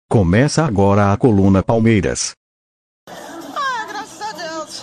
Começa agora a Coluna Palmeiras. Graças a Deus.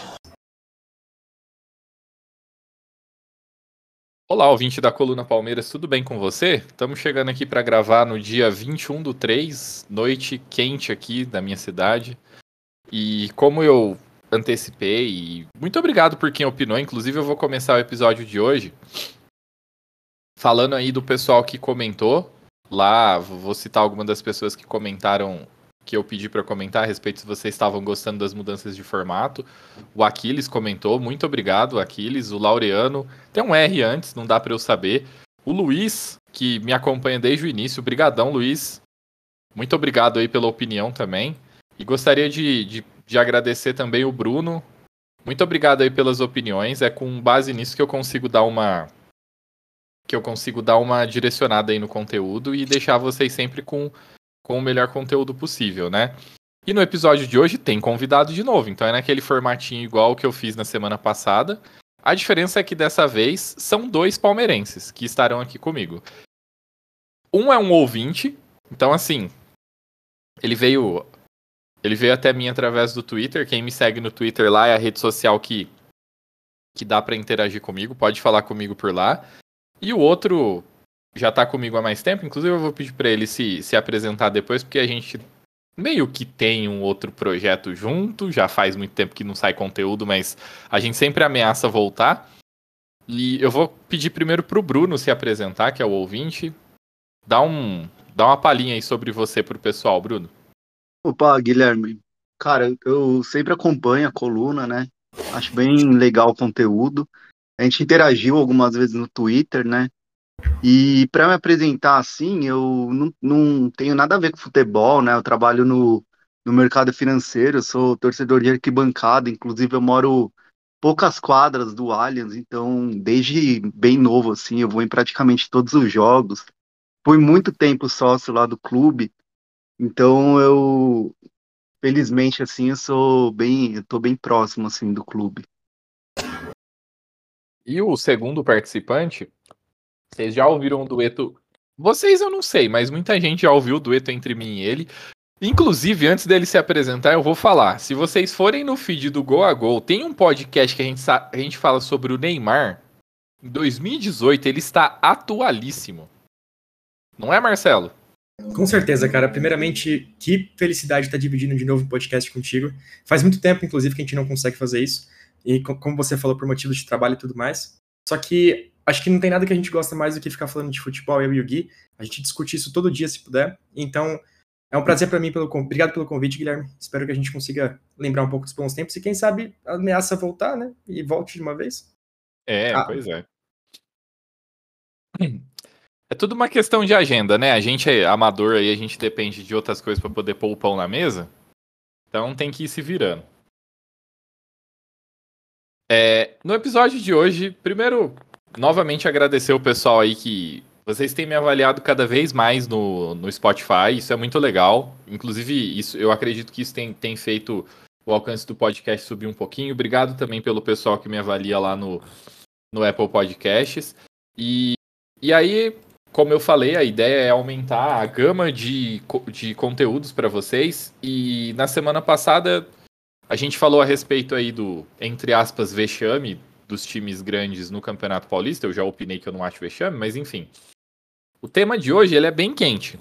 Olá, ouvinte da Coluna Palmeiras, tudo bem com você? Estamos chegando aqui para gravar no dia 21/3, noite quente aqui da minha cidade. E como eu antecipei, e muito obrigado por quem opinou, inclusive eu vou começar o episódio de hoje falando aí do pessoal que comentou lá, vou citar algumas das pessoas que comentaram, que eu pedi para comentar a respeito se vocês estavam gostando das mudanças de formato. O Aquiles comentou, muito obrigado, Aquiles. O Laureano, tem um R antes, não dá para eu saber. O Luiz, que me acompanha desde o início, brigadão, Luiz. Muito obrigado aí pela opinião também. E gostaria de agradecer também o Bruno. Muito obrigado aí pelas opiniões. É com base nisso que eu consigo dar uma direcionada aí no conteúdo e deixar vocês sempre com o melhor conteúdo possível, né? E no episódio de hoje tem convidado de novo, então é naquele formatinho igual que eu fiz na semana passada. A diferença é que dessa vez são 2 palmeirenses que estarão aqui comigo. Um é um ouvinte, então assim, ele veio até mim através do Twitter. Quem me segue no Twitter lá é a rede social que dá pra interagir comigo, pode falar comigo por lá. E o outro já tá comigo há mais tempo, inclusive eu vou pedir pra ele se apresentar depois, porque a gente meio que tem um outro projeto junto, já faz muito tempo que não sai conteúdo, mas a gente sempre ameaça voltar. E eu vou pedir primeiro pro Bruno se apresentar, que é o ouvinte. Dá uma palhinha aí sobre você pro pessoal, Bruno. Opa, Guilherme. Cara, eu sempre acompanho a coluna, né? Acho bem legal o conteúdo. A gente interagiu algumas vezes no Twitter, né? E para me apresentar assim, eu não tenho nada a ver com futebol, né? Eu trabalho no mercado financeiro, eu sou torcedor de arquibancada, inclusive eu moro poucas quadras do Allianz, então desde bem novo, assim, eu vou em praticamente todos os jogos. Fui muito tempo sócio lá do clube, então felizmente, assim, eu tô bem próximo, assim, do clube. E o segundo participante, vocês já ouviram o dueto? Vocês eu não sei, mas muita gente já ouviu o dueto entre mim e ele. Inclusive, antes dele se apresentar, eu vou falar. Se vocês forem no feed do Gol a Gol, tem um podcast que a gente fala sobre o Neymar. Em 2018, ele está atualíssimo. Não é, Marcelo? Com certeza, cara. Primeiramente, que felicidade estar dividindo de novo um podcast contigo. Faz muito tempo, inclusive, que a gente não consegue fazer isso. E como você falou, por motivos de trabalho e tudo mais. Só que acho que não tem nada que a gente gosta mais do que ficar falando de futebol, eu e o Gui. A gente discute isso todo dia, se puder. Então, é um prazer para mim. Obrigado pelo convite, Guilherme. Espero que a gente consiga lembrar um pouco dos bons tempos. E quem sabe ameaça voltar, né? E volte de uma vez. Pois é. É tudo uma questão de agenda, né? A gente é amador aí, a gente depende de outras coisas para poder pôr o pão na mesa. Então tem que ir se virando. No episódio de hoje, primeiro, novamente agradecer o pessoal aí que vocês têm me avaliado cada vez mais no Spotify. Isso é muito legal. Inclusive, isso, eu acredito que isso tem feito o alcance do podcast subir um pouquinho. Obrigado também pelo pessoal que me avalia lá no Apple Podcasts. E aí, como eu falei, a ideia é aumentar a gama de conteúdos para vocês. E na semana passada a gente falou a respeito aí do, entre aspas, vexame dos times grandes no Campeonato Paulista. Eu já opinei que eu não acho vexame, mas enfim. O tema de hoje ele é bem quente.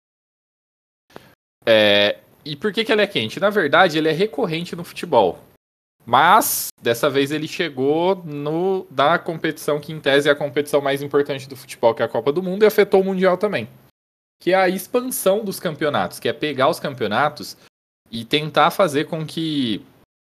E por que ele é quente? Na verdade, ele é recorrente no futebol. Mas, dessa vez, ele chegou da competição que, em tese, é a competição mais importante do futebol, que é a Copa do Mundo, e afetou o Mundial também. Que é a expansão dos campeonatos, que é pegar os campeonatos e tentar fazer com que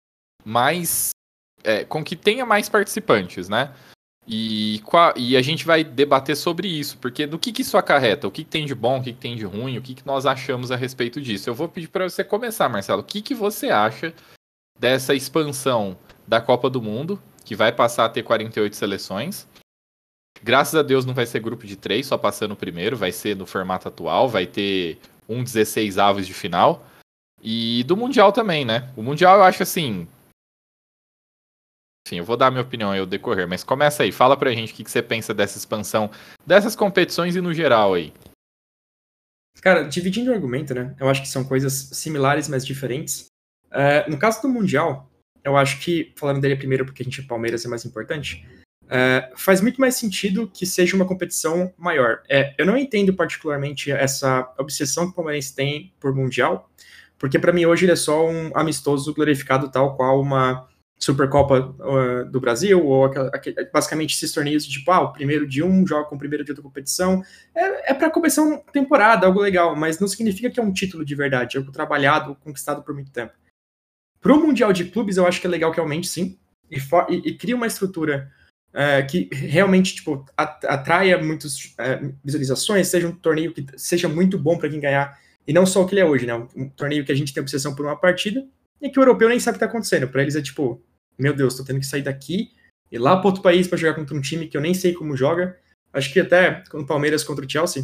tenha mais participantes, né? E a gente vai debater sobre isso, porque do que isso acarreta? O que tem de bom, o que tem de ruim, o que nós achamos a respeito disso? Eu vou pedir para você começar, Marcelo. O que você acha dessa expansão da Copa do Mundo, que vai passar a ter 48 seleções? Graças a Deus não vai ser grupo de 3, só passando o primeiro, vai ser no formato atual, vai ter 16 avos de final. E do Mundial também, né? O Mundial eu acho assim... Enfim, eu vou dar minha opinião aí ao decorrer, mas começa aí, fala pra gente o que você pensa dessa expansão, dessas competições e no geral aí. Cara, dividindo o argumento, né? Eu acho que são coisas similares, mas diferentes. No caso do Mundial, eu acho que, falando dele primeiro porque a gente é Palmeiras é mais importante, faz muito mais sentido que seja uma competição maior. Eu não entendo particularmente essa obsessão que o Palmeirense tem por Mundial, porque para mim hoje ele é só um amistoso glorificado tal qual uma Supercopa do Brasil, ou basicamente esses torneios de tipo, o primeiro de um joga com o primeiro de outra competição. Para começar uma temporada, algo legal, mas não significa que é um título de verdade, é algo trabalhado, conquistado por muito tempo. Pro Mundial de Clubes, eu acho que é legal que aumente, sim, e cria uma estrutura que realmente tipo, atraia muitas visualizações, seja um torneio que seja muito bom para quem ganhar, e não só o que ele é hoje, né? Um torneio que a gente tem obsessão por uma partida, e que o europeu nem sabe o que tá acontecendo. Para eles é tipo, meu Deus, tô tendo que sair daqui e lá para outro país para jogar contra um time que eu nem sei como joga. Acho que até com o Palmeiras contra o Chelsea,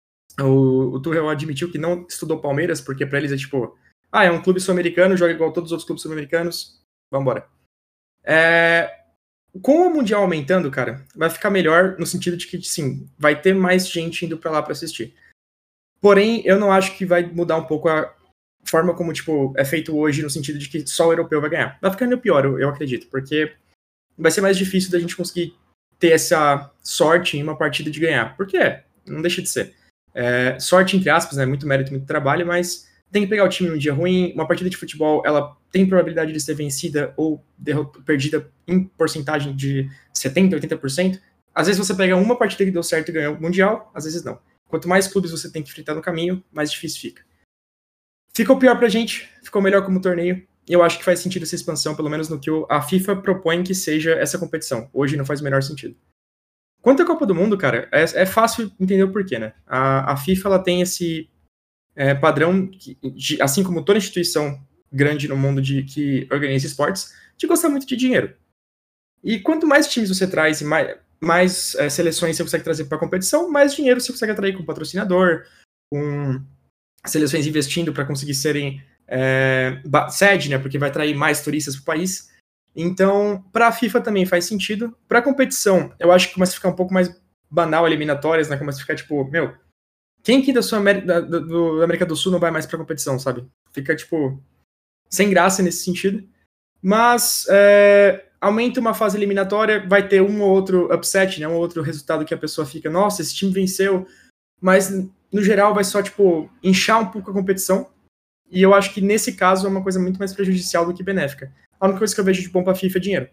o Tuchel admitiu que não estudou Palmeiras, porque para eles é tipo, é um clube sul-americano, joga igual todos os outros clubes sul-americanos, vambora. Com o Mundial aumentando, cara, vai ficar melhor no sentido de que, sim, vai ter mais gente indo para lá para assistir. Porém, eu não acho que vai mudar um pouco a forma como, tipo, é feito hoje, no sentido de que só o europeu vai ganhar. Vai ficando pior, eu acredito, porque vai ser mais difícil da gente conseguir ter essa sorte em uma partida de ganhar. Porque não deixa de ser. Sorte, entre aspas, né? Muito mérito, muito trabalho, mas tem que pegar o time num dia ruim. Uma partida de futebol, ela tem probabilidade de ser vencida ou perdida em porcentagem de 70%, 80%. Às vezes você pega uma partida que deu certo e ganhou o Mundial, às vezes não. Quanto mais clubes você tem que enfrentar no caminho, mais difícil fica. Ficou pior pra gente, ficou melhor como torneio. E eu acho que faz sentido essa expansão, pelo menos no que a FIFA propõe que seja essa competição. Hoje não faz o menor sentido. Quanto à Copa do Mundo, cara, é fácil entender o porquê, né? A FIFA ela tem esse padrão, assim como toda instituição grande no mundo que organiza esportes, de gostar muito de dinheiro. E quanto mais times você traz e mais seleções você consegue trazer para a competição, mais dinheiro você consegue atrair com patrocinador, com seleções investindo para conseguir serem sede, né, porque vai atrair mais turistas para o país. Então, para a FIFA também faz sentido. Para a competição, eu acho que começa a ficar um pouco mais banal, eliminatórias, né, começa a ficar tipo, quem aqui da América do Sul não vai mais para a competição, sabe? Fica, tipo, sem graça nesse sentido. Mas aumenta uma fase eliminatória, vai ter um ou outro upset, né, um ou outro resultado que a pessoa fica, nossa, esse time venceu, mas no geral vai só, tipo, inchar um pouco a competição, e eu acho que nesse caso é uma coisa muito mais prejudicial do que benéfica. A única coisa que eu vejo de bom pra FIFA é dinheiro.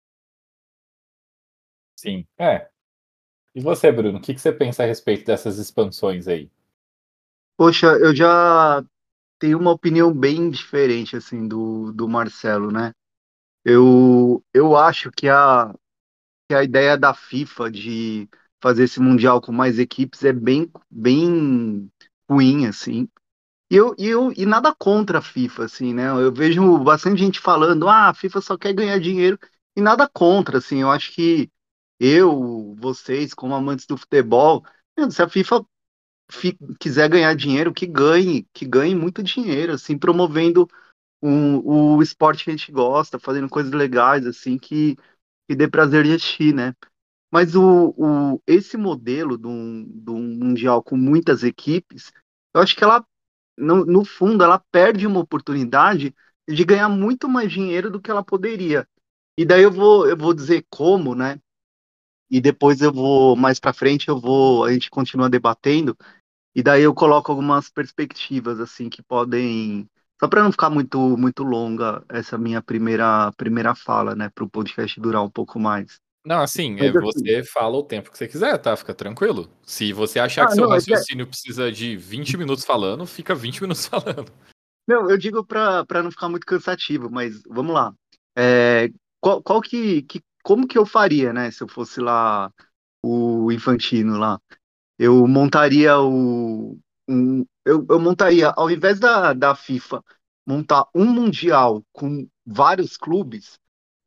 Sim, E você, Bruno, o que você pensa a respeito dessas expansões aí? Poxa, eu já tenho uma opinião bem diferente, assim, do Marcelo, né? Eu acho que a ideia da FIFA de fazer esse Mundial com mais equipes é bem, bem ruim, assim. E nada contra a FIFA, assim, né? Eu vejo bastante gente falando, a FIFA só quer ganhar dinheiro, e nada contra, assim. Eu acho que vocês, como amantes do futebol, se a FIFA quiser ganhar dinheiro, que ganhe muito dinheiro, assim, promovendo o esporte que a gente gosta, fazendo coisas legais, assim, que dê prazer de assistir, né? Mas esse modelo de um mundial com muitas equipes, eu acho que ela, no fundo, ela perde uma oportunidade de ganhar muito mais dinheiro do que ela poderia. E daí eu vou dizer como, né? E depois mais para frente, a gente continua debatendo, e daí eu coloco algumas perspectivas, assim, que podem. Só para não ficar muito, muito longa essa minha primeira fala, né? Para o podcast durar um pouco mais. Não, assim, Mas assim, você fala o tempo que você quiser, tá? Fica tranquilo. Se você achar que seu não, raciocínio precisa de 20 minutos falando, fica 20 minutos falando. não, eu digo para não ficar muito cansativo, mas vamos lá. É, como que eu faria, né? Se eu fosse lá o Infantino lá, eu montaria eu montaria, ao invés da FIFA montar um mundial com vários clubes,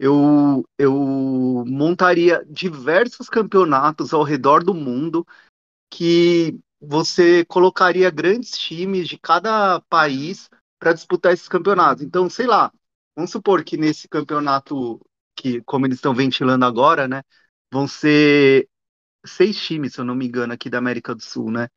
eu montaria diversos campeonatos ao redor do mundo que você colocaria grandes times de cada país para disputar esses campeonatos. Então, sei lá, vamos supor que nesse campeonato, que como eles estão ventilando agora, né, vão ser 6 times, se eu não me engano, aqui da América do Sul, né?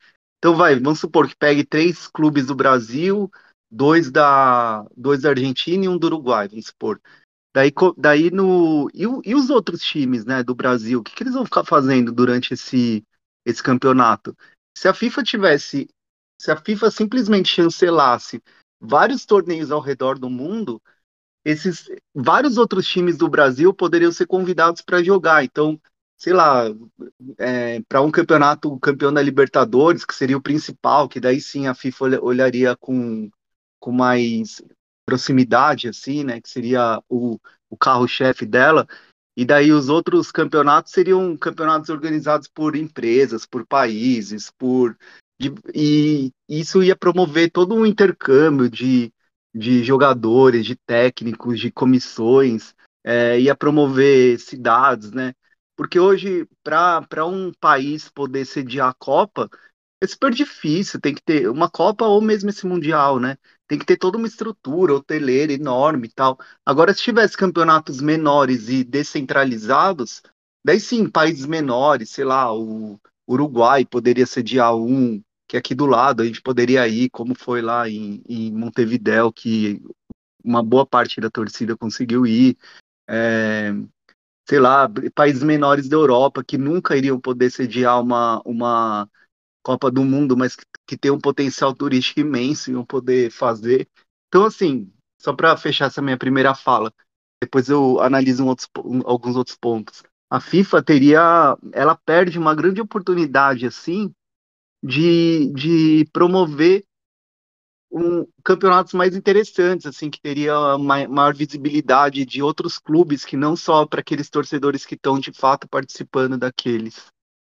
Então vamos supor que pegue 3 clubes do Brasil, dois da Argentina e um do Uruguai, vamos supor. Daí e os outros times, né, do Brasil, o que que eles vão ficar fazendo durante esse campeonato? Se a FIFA tivesse, se a FIFA simplesmente chancelasse vários torneios ao redor do mundo, esses vários outros times do Brasil poderiam ser convidados para jogar. Então, sei lá, para um campeonato, o campeão da Libertadores, que seria o principal, que daí sim a FIFA olharia com mais proximidade, assim, né? Que seria o carro-chefe dela. E daí os outros campeonatos seriam campeonatos organizados por empresas, por países, e isso ia promover todo um intercâmbio de jogadores, de técnicos, de comissões, ia promover cidades, né? Porque hoje, para um país poder sediar a Copa, é super difícil, tem que ter uma Copa ou mesmo esse Mundial, né? Tem que ter toda uma estrutura hoteleira enorme e tal. Agora, se tivesse campeonatos menores e descentralizados, daí sim, países menores, sei lá, o Uruguai poderia sediar um, que é aqui do lado, a gente poderia ir, como foi lá em Montevidéu, que uma boa parte da torcida conseguiu ir. É, sei lá, países menores da Europa que nunca iriam poder sediar uma Copa do Mundo, mas que tem um potencial turístico imenso e vão poder fazer. Então, assim, só para fechar essa minha primeira fala, depois eu analiso alguns outros pontos. A FIFA ela perde uma grande oportunidade, assim, de promover campeonatos mais interessantes, assim, que teria maior visibilidade de outros clubes, que não só para aqueles torcedores que estão de fato participando daqueles.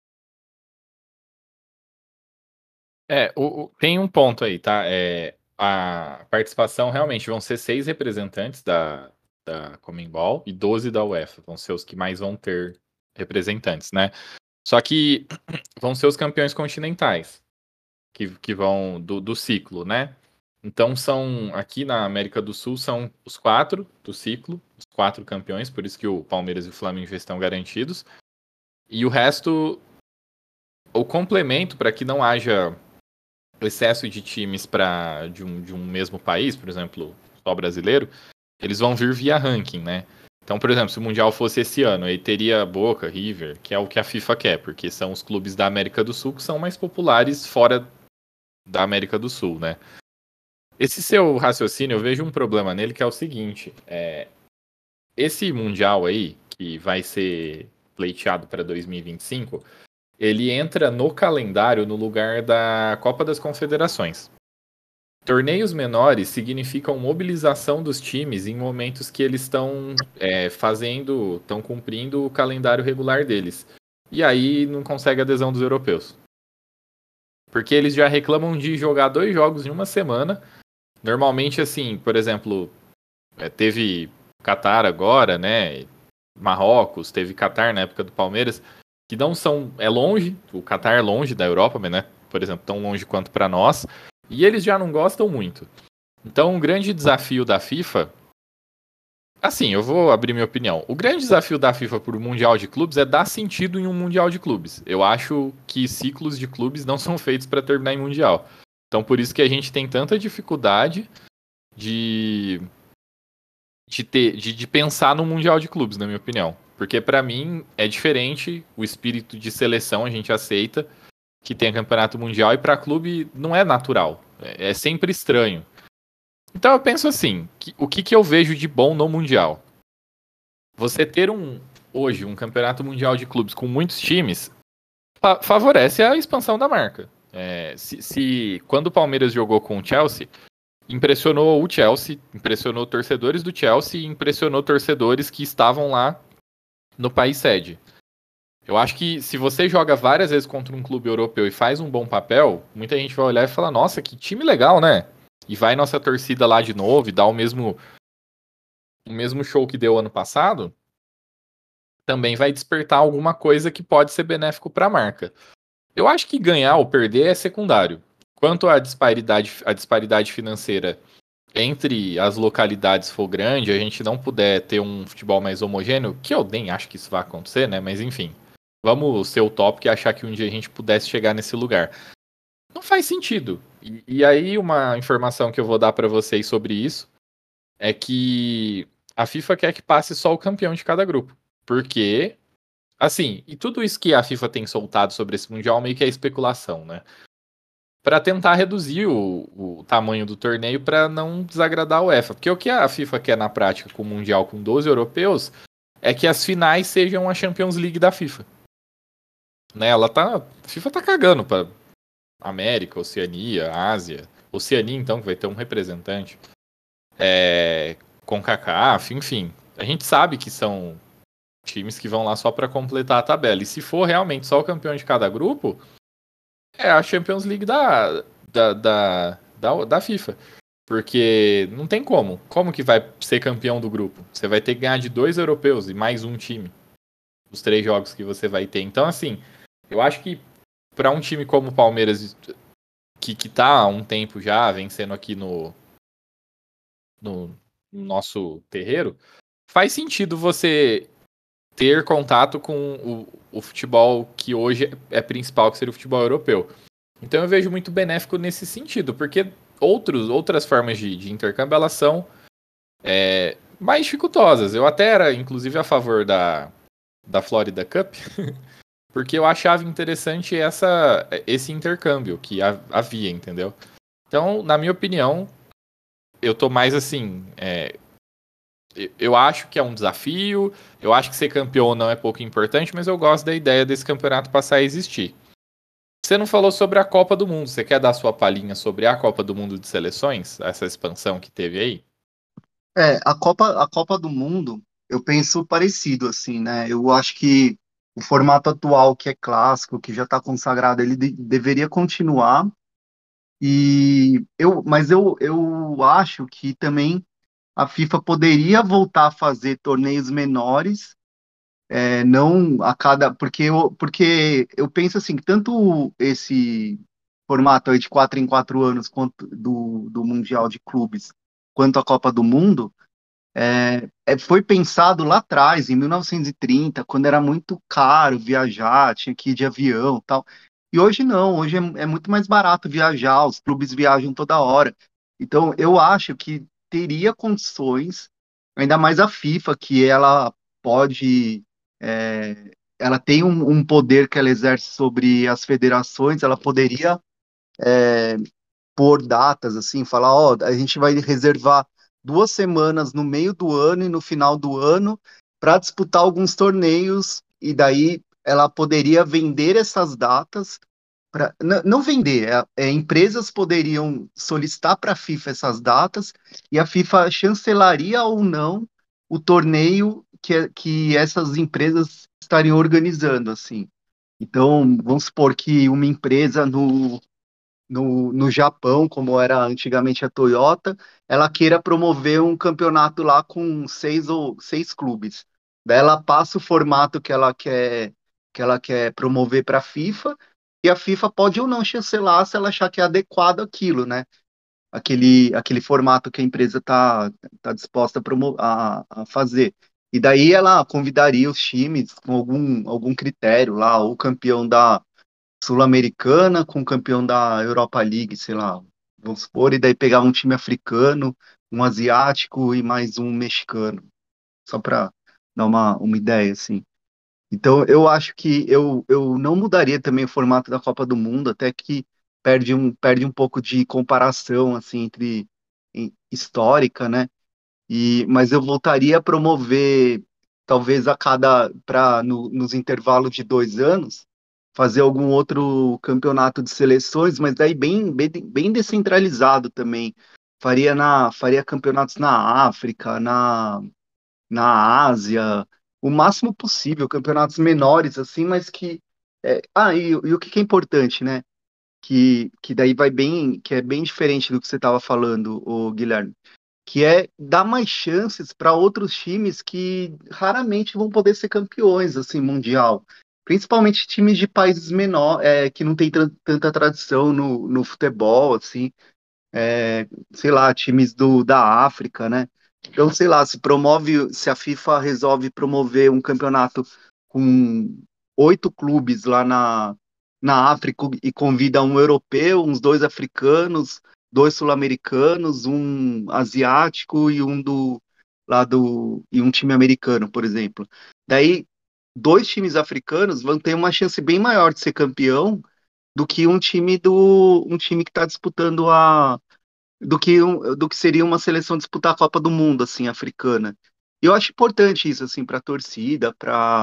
Tem um ponto aí, tá? A participação realmente vão ser 6 representantes da Conmebol e 12 da UEFA. Vão ser os que mais vão ter representantes, né? Só que vão ser os campeões continentais, que vão do ciclo, né? Então aqui na América do Sul, são os 4 do ciclo, os 4 campeões, por isso que o Palmeiras e o Flamengo já estão garantidos. E o resto, o complemento, para que não haja excesso de times de um mesmo país, por exemplo, só brasileiro, eles vão vir via ranking, né? Então, por exemplo, se o Mundial fosse esse ano, aí teria Boca, River, que é o que a FIFA quer, porque são os clubes da América do Sul que são mais populares fora da América do Sul, né? Esse seu raciocínio, eu vejo um problema nele, que é o seguinte, esse Mundial aí, que vai ser pleiteado para 2025, ele entra no calendário no lugar da Copa das Confederações. Torneios menores significam mobilização dos times em momentos que eles estão estão cumprindo o calendário regular deles. E aí não consegue adesão dos europeus. Porque eles já reclamam de jogar 2 jogos em uma semana. Normalmente, assim, por exemplo, teve Catar agora, né? Marrocos, teve Catar na época do Palmeiras, que não são... É longe, o Catar é longe da Europa, mas, né, por exemplo, tão longe quanto para nós, e eles já não gostam muito. Então, o grande desafio da FIFA... Assim, eu vou abrir minha opinião. O grande desafio da FIFA para o Mundial de Clubes é dar sentido em um Mundial de Clubes. Eu acho que ciclos de clubes não são feitos para terminar em Mundial. Então, por isso que a gente tem tanta dificuldade de pensar no Mundial de Clubes, na minha opinião. Porque, para mim, é diferente o espírito de seleção, a gente aceita que tem campeonato mundial, e para clube não é natural. É sempre estranho. Então, eu penso assim, o que eu vejo de bom no Mundial? Você ter hoje um campeonato mundial de clubes com muitos times favorece a expansão da marca. Quando o Palmeiras jogou com o Chelsea, impressionou o Chelsea, impressionou torcedores do Chelsea e impressionou torcedores que estavam lá no país sede. Eu acho que se você joga várias vezes contra um clube europeu e faz um bom papel, muita gente vai olhar e falar, nossa, que time legal, né? E vai nossa torcida lá de novo e dá o mesmo show que deu ano passado, também vai despertar alguma coisa que pode ser benéfico para a marca. Eu acho que ganhar ou perder é secundário. Quanto à disparidade financeira entre as localidades for grande, a gente não puder ter um futebol mais homogêneo, que eu nem acho que isso vai acontecer, né? Mas enfim, vamos ser utópico e achar que um dia a gente pudesse chegar nesse lugar. Não faz sentido. E aí uma informação que eu vou dar para vocês sobre isso é que a FIFA quer que passe só o campeão de cada grupo. Porque, assim, e tudo isso que a FIFA tem soltado sobre esse Mundial meio que é especulação, né? Para tentar reduzir o tamanho do torneio para não desagradar a UEFA. Porque o que a FIFA quer na prática com o Mundial com 12 europeus é que as finais sejam a Champions League da FIFA. Né? A FIFA tá cagando para América, Oceania, Ásia. Oceania, então, que vai ter um representante. CONCACAF, enfim. A gente sabe que são times que vão lá só para completar a tabela. E se for realmente só o campeão de cada grupo, é a Champions League da FIFA. Porque não tem como. Como que vai ser campeão do grupo? Você vai ter que ganhar de 2 europeus e mais um time. Os 3 jogos que você vai ter. Então, assim, eu acho que para um time como o Palmeiras, que tá há um tempo já vencendo aqui no nosso terreiro, faz sentido você ter contato com o futebol que hoje é principal, que seria o futebol europeu. Então eu vejo muito benéfico nesse sentido, porque outras formas de intercâmbio, elas são mais dificultosas. Eu até era, inclusive, a favor da Florida Cup, porque eu achava interessante esse intercâmbio que havia, entendeu? Então, na minha opinião, eu tô mais assim... eu acho que é um desafio, eu acho que ser campeão não é pouco importante, mas eu gosto da ideia desse campeonato passar a existir. Você não falou sobre a Copa do Mundo, você quer dar sua palhinha sobre a Copa do Mundo de Seleções? Essa expansão que teve aí? A Copa do Mundo, eu penso parecido, assim, né? Eu acho que o formato atual, que é clássico, que já está consagrado, ele deveria continuar. Mas eu acho que também a FIFA poderia voltar a fazer torneios menores, não a cada. Porque eu penso assim, que tanto esse formato aí de 4 em 4 anos, quanto do Mundial de Clubes, quanto a Copa do Mundo. Foi pensado lá atrás, em 1930, quando era muito caro viajar, tinha que ir de avião e tal. E hoje não, hoje é muito mais barato viajar, os clubes viajam toda hora. Então, eu acho que teria condições, ainda mais a FIFA, que ela pode, ela tem um poder que ela exerce sobre as federações, ela poderia por datas, assim, falar, ó, a gente vai reservar 2 semanas no meio do ano e no final do ano para disputar alguns torneios, e daí ela poderia vender essas datas para não vender, empresas poderiam solicitar para a FIFA essas datas e a FIFA chancelaria ou não o torneio que essas empresas estariam organizando, assim. Então, vamos supor que uma empresa no Japão, como era antigamente a Toyota, ela queira promover um campeonato lá com 6 clubes. Daí ela passa o formato que ela quer promover para a FIFA, e a FIFA pode ou não chancelar se ela achar que é adequado aquilo, né? Aquele formato que a empresa tá disposta a fazer. E daí ela convidaria os times com algum critério lá, o campeão da Sul-Americana com o campeão da Europa League, sei lá, vamos supor, e daí pegar um time africano, um asiático e mais um mexicano, só para dar uma ideia, assim. Então, eu acho que eu não mudaria também o formato da Copa do Mundo, até que perde um pouco de comparação, assim, histórica, né? Mas eu voltaria a promover, talvez nos intervalos de 2 anos, fazer algum outro campeonato de seleções, mas daí bem descentralizado também. Faria campeonatos na África, na Ásia, o máximo possível, campeonatos menores, assim, mas que. E o que é importante, né? Que daí que é bem diferente do que você estava falando, o Guilherme, que é dar mais chances para outros times que raramente vão poder ser campeões, assim, mundial. Principalmente times de países menores, que não tem tanta tradição no futebol, assim, sei lá, times da África, né? Então, sei lá, se a FIFA resolve promover um campeonato com 8 clubes lá na África e convida um europeu, uns 2 africanos, 2 sul-americanos, um asiático e um e um time americano, por exemplo. Daí, 2 times africanos vão ter uma chance bem maior de ser campeão do que um time que está disputando do que seria uma seleção disputar a Copa do Mundo, assim, africana. E eu acho importante isso, assim, para a torcida,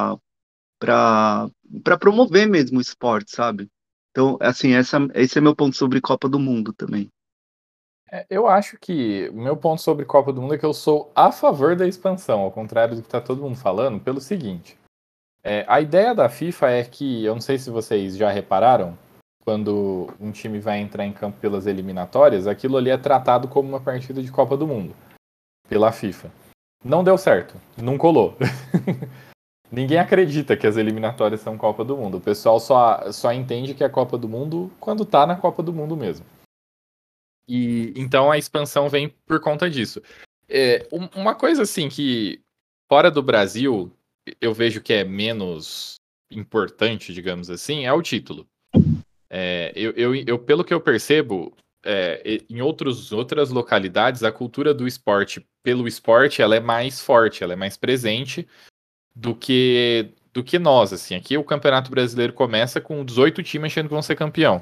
para promover mesmo o esporte, sabe? Então, assim, esse é meu ponto sobre Copa do Mundo também. Eu acho que o meu ponto sobre Copa do Mundo é que eu sou a favor da expansão, ao contrário do que está todo mundo falando, pelo seguinte. A ideia da FIFA é que, eu não sei se vocês já repararam, quando um time vai entrar em campo pelas eliminatórias, aquilo ali é tratado como uma partida de Copa do Mundo, pela FIFA. Não deu certo, não colou. Ninguém acredita que as eliminatórias são Copa do Mundo. O pessoal só entende que é Copa do Mundo quando tá na Copa do Mundo mesmo. E então a expansão vem por conta disso. Uma coisa assim que, fora do Brasil, eu vejo que é menos importante, digamos assim, é o título. Pelo que eu percebo, em outras localidades, a cultura do esporte pelo esporte ela é mais forte, ela é mais presente do que nós. Assim. Aqui o Campeonato Brasileiro começa com 18 times achando que vão ser campeão.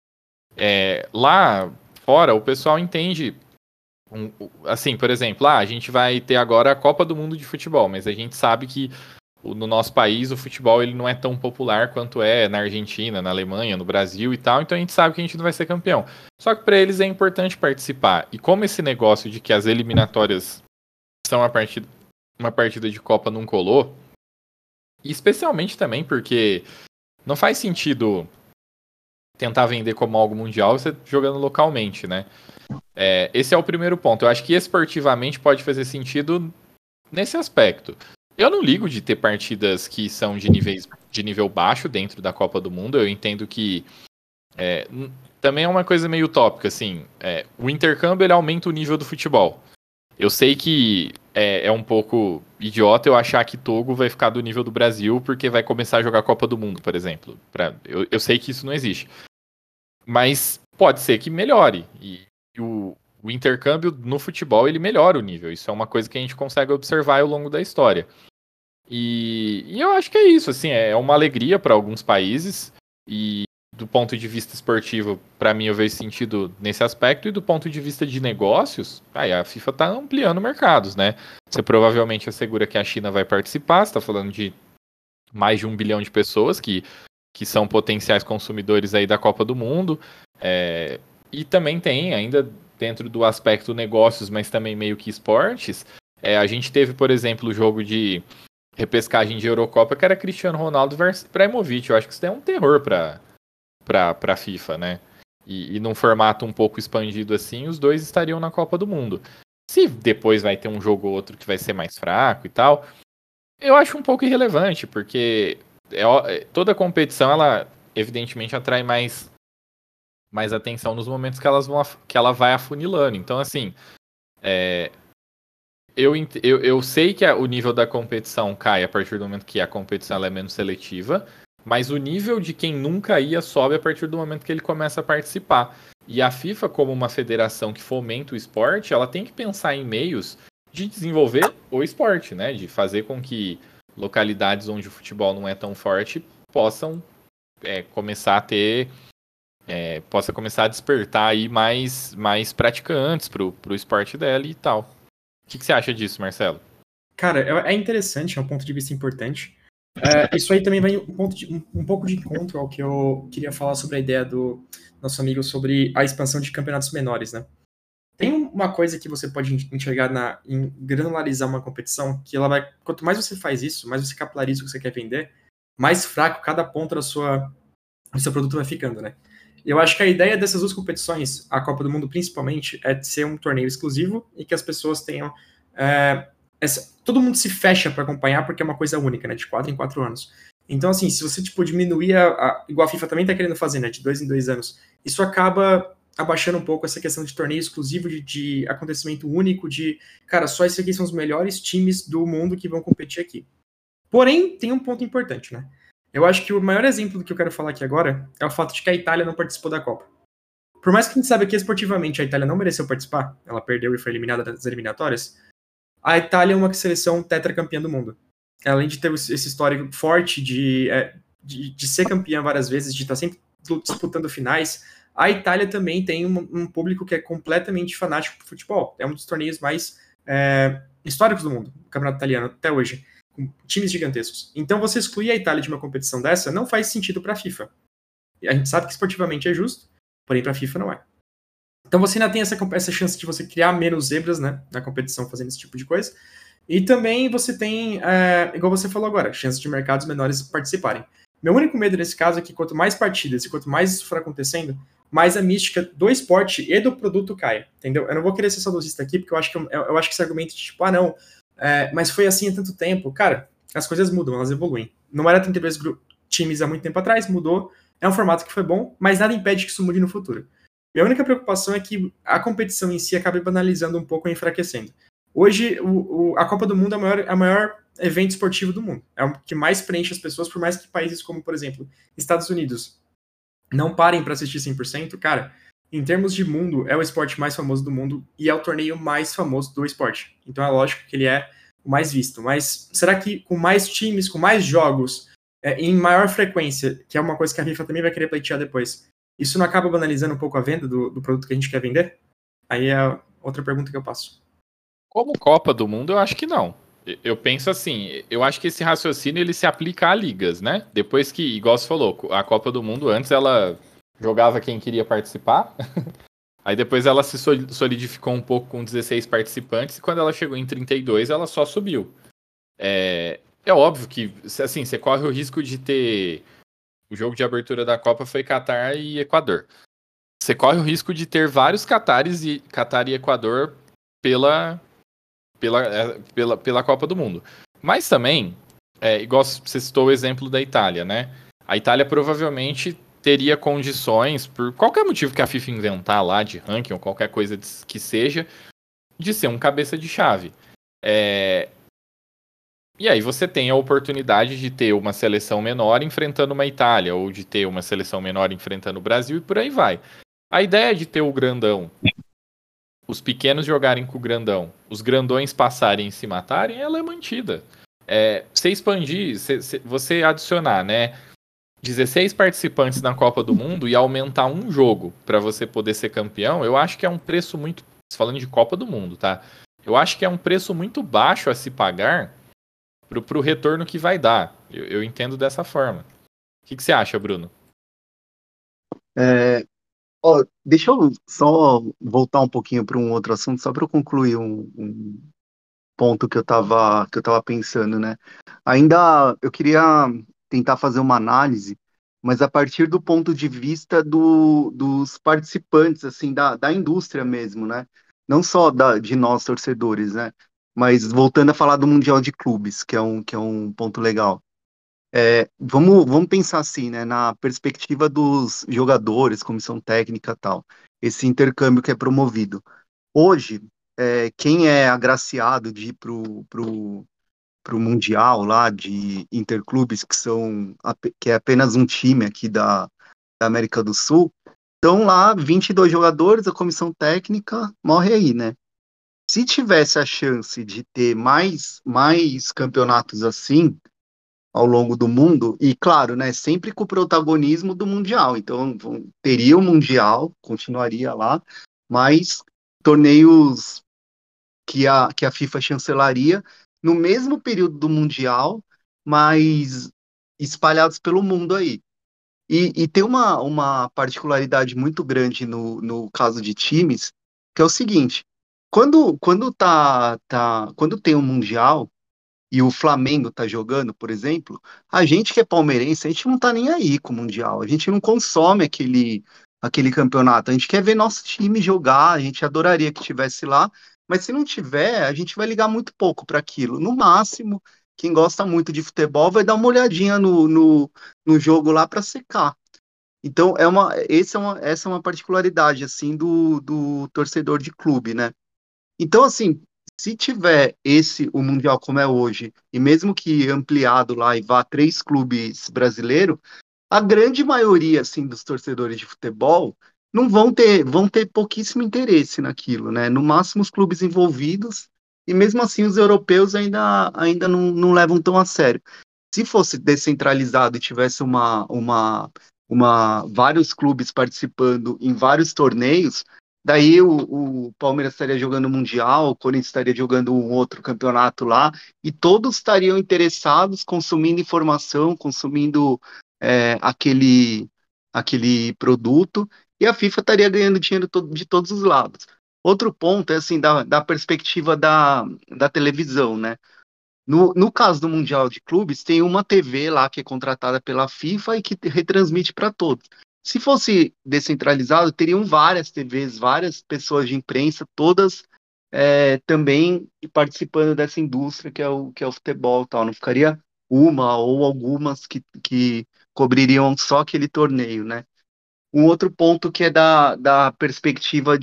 Lá fora, o pessoal entende, assim, por exemplo, a gente vai ter agora a Copa do Mundo de Futebol, mas a gente sabe que no nosso país o futebol ele não é tão popular quanto é na Argentina, na Alemanha, no Brasil e tal, então a gente sabe que a gente não vai ser campeão. Só que para eles é importante participar. E como esse negócio de que as eliminatórias são uma partida de Copa não colou, e especialmente também porque não faz sentido tentar vender como algo mundial você jogando localmente, né? Esse é o primeiro ponto. Eu acho que esportivamente pode fazer sentido nesse aspecto. Eu não ligo de ter partidas que são de nível baixo dentro da Copa do Mundo. Eu entendo que também é uma coisa meio utópica, assim. O intercâmbio ele aumenta o nível do futebol. Eu sei que é um pouco idiota eu achar que Togo vai ficar do nível do Brasil porque vai começar a jogar Copa do Mundo, por exemplo. Eu sei que isso não existe. Mas pode ser que melhore. E o intercâmbio no futebol ele melhora o nível. Isso é uma coisa que a gente consegue observar ao longo da história. E eu acho que é isso. Assim, é uma alegria para alguns países. E do ponto de vista esportivo, para mim, eu vejo sentido nesse aspecto. E do ponto de vista de negócios, a FIFA está ampliando mercados, né? Você provavelmente assegura que a China vai participar. Você está falando de mais de 1 bilhão de pessoas que são potenciais consumidores aí da Copa do Mundo. E também tem, ainda dentro do aspecto negócios, mas também meio que esportes, a gente teve, por exemplo, o jogo de repescagem de Eurocopa, que era Cristiano Ronaldo versus Ibrahimovic. Eu acho que isso é um terror pra FIFA, né? E num formato um pouco expandido assim, os dois estariam na Copa do Mundo. Se depois vai ter um jogo ou outro que vai ser mais fraco e tal, eu acho um pouco irrelevante, porque toda competição, ela evidentemente atrai mais atenção nos momentos que ela vai afunilando. Então, assim, eu sei que o nível da competição cai a partir do momento que a competição ela é menos seletiva, mas o nível de quem nunca ia sobe a partir do momento que ele começa a participar. E a FIFA, como uma federação que fomenta o esporte, ela tem que pensar em meios de desenvolver o esporte, né? De fazer com que localidades onde o futebol não é tão forte possam começar a ter... possa começar a despertar aí mais praticantes pro esporte dela e tal. O que você acha disso, Marcelo? Cara, é interessante, é um ponto de vista importante. Isso aí também vai um pouco de encontro ao que eu queria falar sobre a ideia do nosso amigo sobre a expansão de campeonatos menores, né? Tem uma coisa que você pode enxergar em granularizar uma competição, que ela vai... Quanto mais você faz isso, mais você capilariza o que você quer vender, mais fraco cada ponto do seu produto vai ficando, né? Eu acho que a ideia dessas duas competições, a Copa do Mundo principalmente, é de ser um torneio exclusivo e que as pessoas tenham... todo mundo se fecha para acompanhar porque é uma coisa única, né? De 4 em 4 anos. Então, assim, se você diminuir igual a FIFA também tá querendo fazer, né? De 2 em 2 anos, isso acaba abaixando um pouco essa questão de torneio exclusivo, de acontecimento único, cara, só esses aqui são os melhores times do mundo que vão competir aqui. Porém, tem um ponto importante, né? Eu acho que o maior exemplo do que eu quero falar aqui agora é o fato de que a Itália não participou da Copa. Por mais que a gente saiba que esportivamente a Itália não mereceu participar, ela perdeu e foi eliminada das eliminatórias, a Itália é uma seleção tetracampeã do mundo. Além de ter esse histórico forte de ser campeã várias vezes, de estar sempre disputando finais, a Itália também tem um público que é completamente fanático por futebol. É um dos torneios mais históricos do mundo, o Campeonato Italiano, até hoje, com times gigantescos. Então, você excluir a Itália de uma competição dessa não faz sentido para a FIFA. A gente sabe que esportivamente é justo, porém para a FIFA não é. Então, você ainda tem essa chance de você criar menos zebras, né, na competição fazendo esse tipo de coisa. E também você tem, igual você falou agora, chance de mercados menores participarem. Meu único medo nesse caso é que quanto mais partidas e quanto mais isso for acontecendo, mais a mística do esporte e do produto cai, entendeu? Eu não vou querer ser saudosista aqui, porque eu acho que esse argumento de tipo, não, mas foi assim há tanto tempo. Cara, as coisas mudam, elas evoluem. Não era 32 times há muito tempo atrás, mudou, é um formato que foi bom, mas nada impede que isso mude no futuro. Minha única preocupação é que a competição em si acabe banalizando um pouco e enfraquecendo. Hoje, a Copa do Mundo é o maior evento esportivo do mundo. É o que mais preenche as pessoas, por mais que países como, por exemplo, Estados Unidos não parem para assistir 100%, cara, em termos de mundo, é o esporte mais famoso do mundo e é o torneio mais famoso do esporte. Então é lógico que ele é o mais visto. Mas será que com mais times, com mais jogos, em maior frequência, que é uma coisa que a FIFA também vai querer pleitear depois, isso não acaba banalizando um pouco a venda do produto que a gente quer vender? Aí é outra pergunta que eu passo. Como Copa do Mundo, eu acho que não. Eu penso assim, eu acho que esse raciocínio ele se aplica a ligas, né? Depois que, igual você falou, a Copa do Mundo antes ela jogava quem queria participar, aí depois ela se solidificou um pouco com 16 participantes e quando ela chegou em 32 ela só subiu. É óbvio que, assim, você corre o risco de ter... O jogo de abertura da Copa foi Catar e Equador. Você corre o risco de ter vários Catar e Equador pela Copa do Mundo. Mas também, igual você citou o exemplo da Itália, né? A Itália provavelmente teria condições, por qualquer motivo que a FIFA inventar lá, de ranking ou qualquer coisa que seja, de ser um cabeça de chave. E aí você tem a oportunidade de ter uma seleção menor enfrentando uma Itália, ou de ter uma seleção menor enfrentando o Brasil, e por aí vai. A ideia de ter o grandão, os pequenos jogarem com o grandão, os grandões passarem e se matarem, ela é mantida. Você expandir, você adicionar, né, 16 participantes na Copa do Mundo e aumentar um jogo para você poder ser campeão, eu acho que é um preço muito... Falando de Copa do Mundo, tá? Eu acho que é um preço muito baixo a se pagar pro retorno que vai dar. Eu entendo dessa forma. O que você acha, Bruno? Deixa eu só voltar um pouquinho para um outro assunto, só para eu concluir um ponto que eu tava pensando, né? Ainda eu queria tentar fazer uma análise, mas a partir do ponto de vista dos participantes, assim, da indústria mesmo, né? Não só de nós torcedores, né? Mas voltando a falar do Mundial de Clubes, que é um ponto legal. Vamos pensar assim, né, na perspectiva dos jogadores, comissão técnica e tal, esse intercâmbio que é promovido. Hoje, quem é agraciado de ir pro Mundial lá de interclubes, que é apenas um time aqui da América do Sul, estão lá 22 jogadores, a comissão técnica morre aí, né? Se tivesse a chance de ter mais campeonatos assim, ao longo do mundo, e claro, né, sempre com o protagonismo do Mundial. Então, teria o Mundial, continuaria lá, mas torneios que a FIFA chancelaria no mesmo período do Mundial, mas espalhados pelo mundo aí. E tem uma particularidade muito grande no caso de times, que é o seguinte: quando tem um Mundial e o Flamengo tá jogando, por exemplo, a gente que é palmeirense, a gente não tá nem aí com o Mundial, a gente não consome aquele campeonato, a gente quer ver nosso time jogar, a gente adoraria que estivesse lá, mas se não tiver, a gente vai ligar muito pouco para aquilo. No máximo, quem gosta muito de futebol vai dar uma olhadinha no jogo lá para secar. Então, essa é uma particularidade, assim, do torcedor de clube, né? Então, assim, se tiver o Mundial como é hoje, e mesmo que ampliado lá e vá 3 clubes brasileiros, a grande maioria, assim, dos torcedores de futebol não vão ter pouquíssimo interesse naquilo, né? No máximo os clubes envolvidos, e mesmo assim os europeus ainda não levam tão a sério. Se fosse descentralizado e tivesse vários clubes participando em vários torneios, daí o Palmeiras estaria jogando o Mundial, o Corinthians estaria jogando um outro campeonato lá, e todos estariam interessados, consumindo informação, consumindo aquele produto, e a FIFA estaria ganhando dinheiro de todos os lados. Outro ponto é assim, da perspectiva da televisão, né? No caso do Mundial de Clubes, tem uma TV lá que é contratada pela FIFA e que retransmite para todos. Se fosse descentralizado, teriam várias TVs, várias pessoas de imprensa, todas também participando dessa indústria que é o futebol e tal. Não ficaria uma ou algumas que cobririam só aquele torneio, né? Um outro ponto que é da perspectiva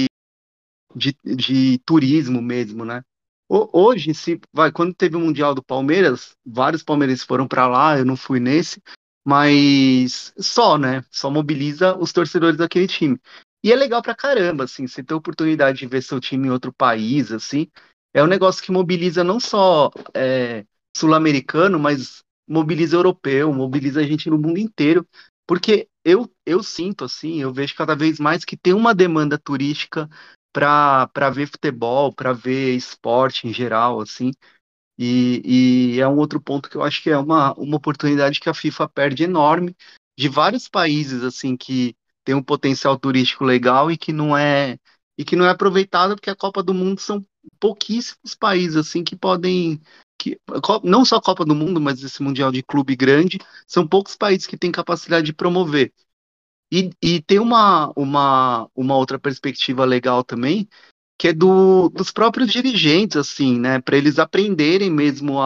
de turismo mesmo, né? Hoje, quando teve o Mundial do Palmeiras, vários palmeirenses foram para lá, eu não fui nesse, mas só, né? Só mobiliza os torcedores daquele time. E é legal pra caramba, assim, você ter a oportunidade de ver seu time em outro país, assim, é um negócio que mobiliza não só sul-americano, mas mobiliza europeu, mobiliza a gente no mundo inteiro, porque eu sinto, assim, eu vejo cada vez mais que tem uma demanda turística para ver futebol, para ver esporte em geral, assim. E é um outro ponto que eu acho que é uma oportunidade que a FIFA perde enorme de vários países assim que tem um potencial turístico legal e que não é aproveitado porque a Copa do Mundo são pouquíssimos países assim que podem não só a Copa do Mundo, mas esse Mundial de clube grande, são poucos países que têm capacidade de promover. E tem uma outra perspectiva legal também, que é dos próprios dirigentes, assim, né? Para eles aprenderem mesmo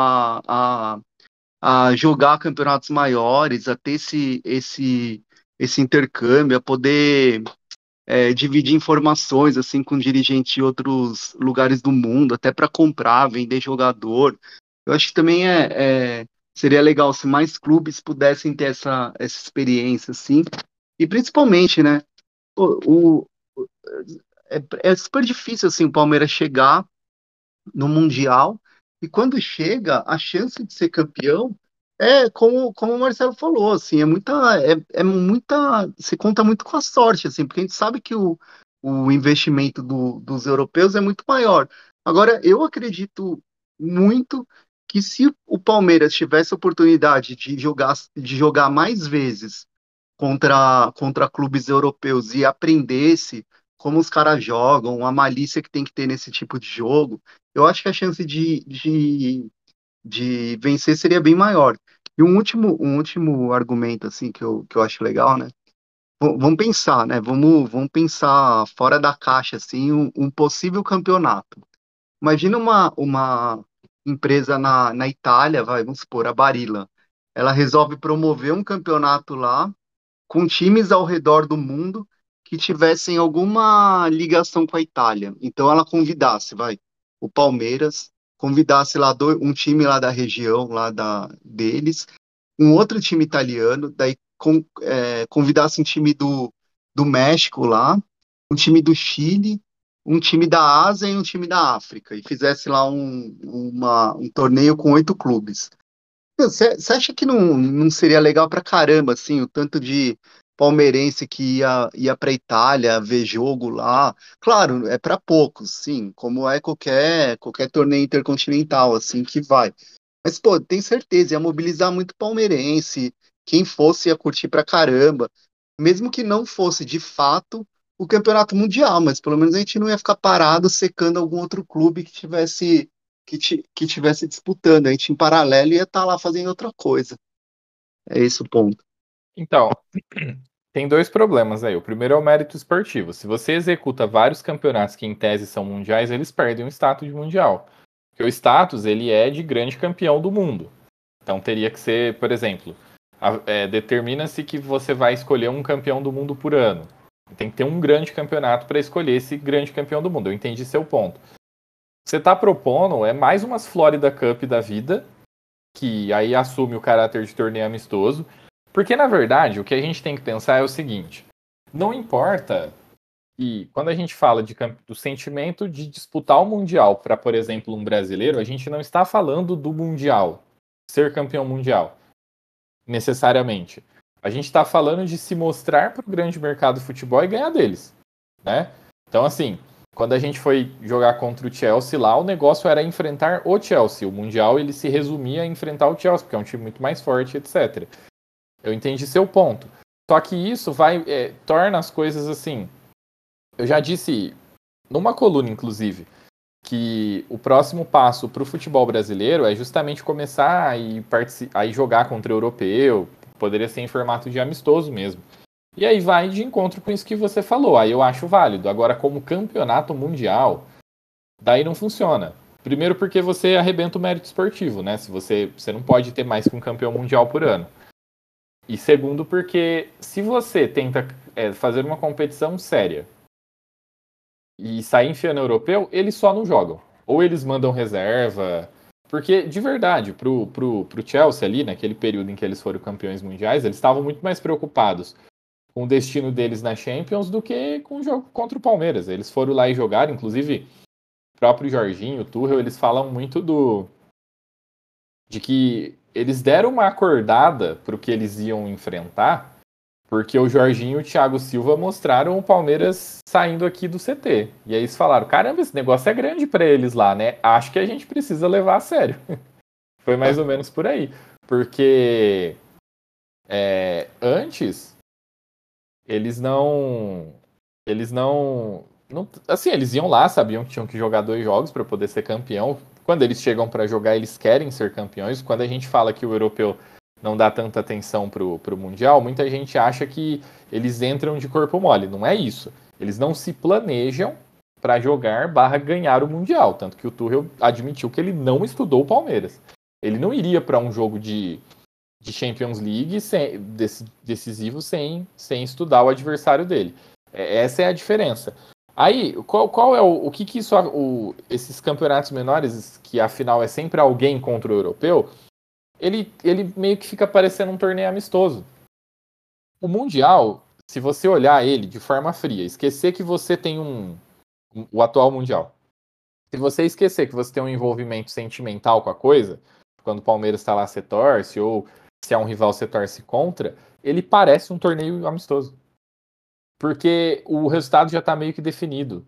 a jogar campeonatos maiores, a ter esse intercâmbio, a poder dividir informações assim com dirigentes de outros lugares do mundo, até para comprar, vender jogador. Eu acho que também seria legal se mais clubes pudessem ter essa experiência, assim, e principalmente, né? o, é super difícil assim o Palmeiras chegar no Mundial e quando chega a chance de ser campeão como o Marcelo falou, assim, é muita, se conta muito com a sorte, assim, porque a gente sabe que o investimento dos europeus é muito maior. Agora, eu acredito muito que se o Palmeiras tivesse a oportunidade de jogar mais vezes contra clubes europeus e aprendesse como os caras jogam, a malícia que tem que ter nesse tipo de jogo, eu acho que a chance de vencer seria bem maior. E um último argumento assim que eu acho legal, né? Vamos pensar, né? Vamos pensar fora da caixa assim, um possível campeonato. Imagina uma empresa na Itália, vamos supor, a Barilla. Ela resolve promover um campeonato lá com times ao redor do mundo que tivessem alguma ligação com a Itália. Então ela convidasse, o Palmeiras, convidasse lá um time lá da região, lá deles, um outro time italiano, daí convidasse um time do México lá, um time do Chile, um time da Ásia e um time da África, e fizesse lá um torneio com 8 clubes. Você acha que não seria legal pra caramba, assim, o tanto de palmeirense que ia pra Itália ver jogo lá? Claro, é pra poucos, sim, como é qualquer torneio intercontinental, assim, que vai. Mas, pô, tem certeza, ia mobilizar muito palmeirense, quem fosse ia curtir pra caramba, mesmo que não fosse, de fato, o campeonato mundial, mas pelo menos a gente não ia ficar parado secando algum outro clube que tivesse disputando. A gente, em paralelo, ia estar lá fazendo outra coisa. É esse o ponto. Então, tem dois problemas aí. O primeiro é o mérito esportivo. Se você executa vários campeonatos que em tese são mundiais, eles perdem o status de mundial. Porque o status, ele é de grande campeão do mundo. Então teria que ser, por exemplo, determina-se que você vai escolher um campeão do mundo por ano. Tem que ter um grande campeonato para escolher esse grande campeão do mundo. Eu entendi seu ponto. você tá propondo é mais umas Florida Cup da vida, que aí assume o caráter de torneio amistoso. Porque, na verdade, o que a gente tem que pensar é o seguinte: não importa, e quando a gente fala do sentimento de disputar o Mundial para, por exemplo, um brasileiro, a gente não está falando do Mundial, ser campeão mundial, necessariamente. A gente está falando de se mostrar para o grande mercado de futebol e ganhar deles, né? Então, assim, quando a gente foi jogar contra o Chelsea lá, o negócio era enfrentar o Chelsea. O Mundial, ele se resumia a enfrentar o Chelsea, porque é um time muito mais forte, etc. Eu entendi seu ponto. Só que isso torna as coisas assim. Eu já disse, numa coluna, inclusive, que o próximo passo para o futebol brasileiro é justamente começar a jogar contra o europeu, poderia ser em formato de amistoso mesmo. E aí vai de encontro com isso que você falou, aí eu acho válido. Agora, como campeonato mundial, daí não funciona. Primeiro porque você arrebenta o mérito esportivo, né? Se você não pode ter mais que um campeão mundial por ano. E segundo porque se você tenta fazer uma competição séria e sair enfiando europeu, eles só não jogam. Ou eles mandam reserva. Porque, de verdade, pro Chelsea ali, naquele período em que eles foram campeões mundiais, eles estavam muito mais preocupados com o destino deles na Champions do que com o jogo contra o Palmeiras. Eles foram lá e jogaram, inclusive, o próprio Jorginho, o Tuchel, eles falam muito de que eles deram uma acordada pro que eles iam enfrentar, porque o Jorginho e o Thiago Silva mostraram o Palmeiras saindo aqui do CT. E aí eles falaram, caramba, esse negócio é grande para eles lá, né? Acho que a gente precisa levar a sério. Foi mais ou menos por aí. Porque antes, eles não... Assim, eles iam lá, sabiam que tinham que jogar 2 jogos para poder ser campeão. Quando eles chegam para jogar, eles querem ser campeões. Quando a gente fala que o europeu não dá tanta atenção pro Mundial, muita gente acha que eles entram de corpo mole. Não é isso. Eles não se planejam para jogar / ganhar o Mundial. Tanto que o Tuchel admitiu que ele não estudou o Palmeiras. Ele não iria para um jogo de Champions League decisivo sem estudar o adversário dele. Essa é a diferença. Aí, qual é o que isso, esses campeonatos menores, que afinal é sempre alguém contra o europeu, ele meio que fica parecendo um torneio amistoso. O Mundial, se você olhar ele de forma fria, esquecer que você tem o atual Mundial, se você esquecer que você tem um envolvimento sentimental com a coisa, quando o Palmeiras está lá você torce, ou se é um rival você torce contra, ele parece um torneio amistoso. Porque o resultado já está meio que definido.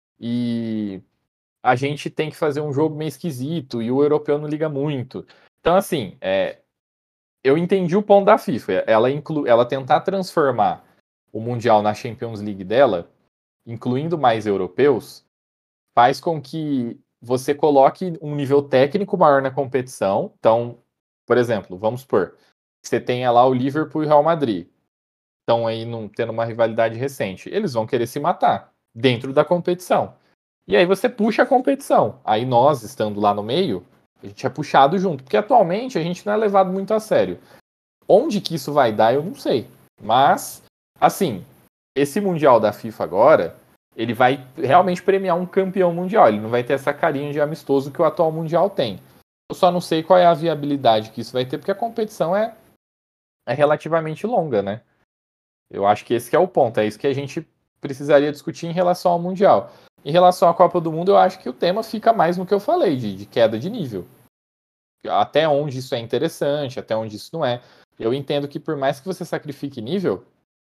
E a gente tem que fazer um jogo meio esquisito, e o europeu não liga muito. Então, assim, eu entendi o ponto da FIFA. Ela tentar transformar o Mundial na Champions League dela, incluindo mais europeus, faz com que você coloque um nível técnico maior na competição. Então, por exemplo, vamos supor, você tenha lá o Liverpool e o Real Madrid. Estão aí tendo uma rivalidade recente. Eles vão querer se matar dentro da competição. E aí você puxa a competição. Aí nós, estando lá no meio, a gente é puxado junto. Porque atualmente a gente não é levado muito a sério. Onde que isso vai dar, eu não sei. Mas, assim, esse Mundial da FIFA agora, ele vai realmente premiar um campeão mundial. Ele não vai ter essa carinha de amistoso que o atual Mundial tem. Eu só não sei qual é a viabilidade que isso vai ter, porque a competição é relativamente longa, né? Eu acho que esse que é o ponto. É isso que a gente precisaria discutir em relação ao Mundial. Em relação à Copa do Mundo, eu acho que o tema fica mais no que eu falei, de queda de nível. Até onde isso é interessante, até onde isso não é. Eu entendo que por mais que você sacrifique nível,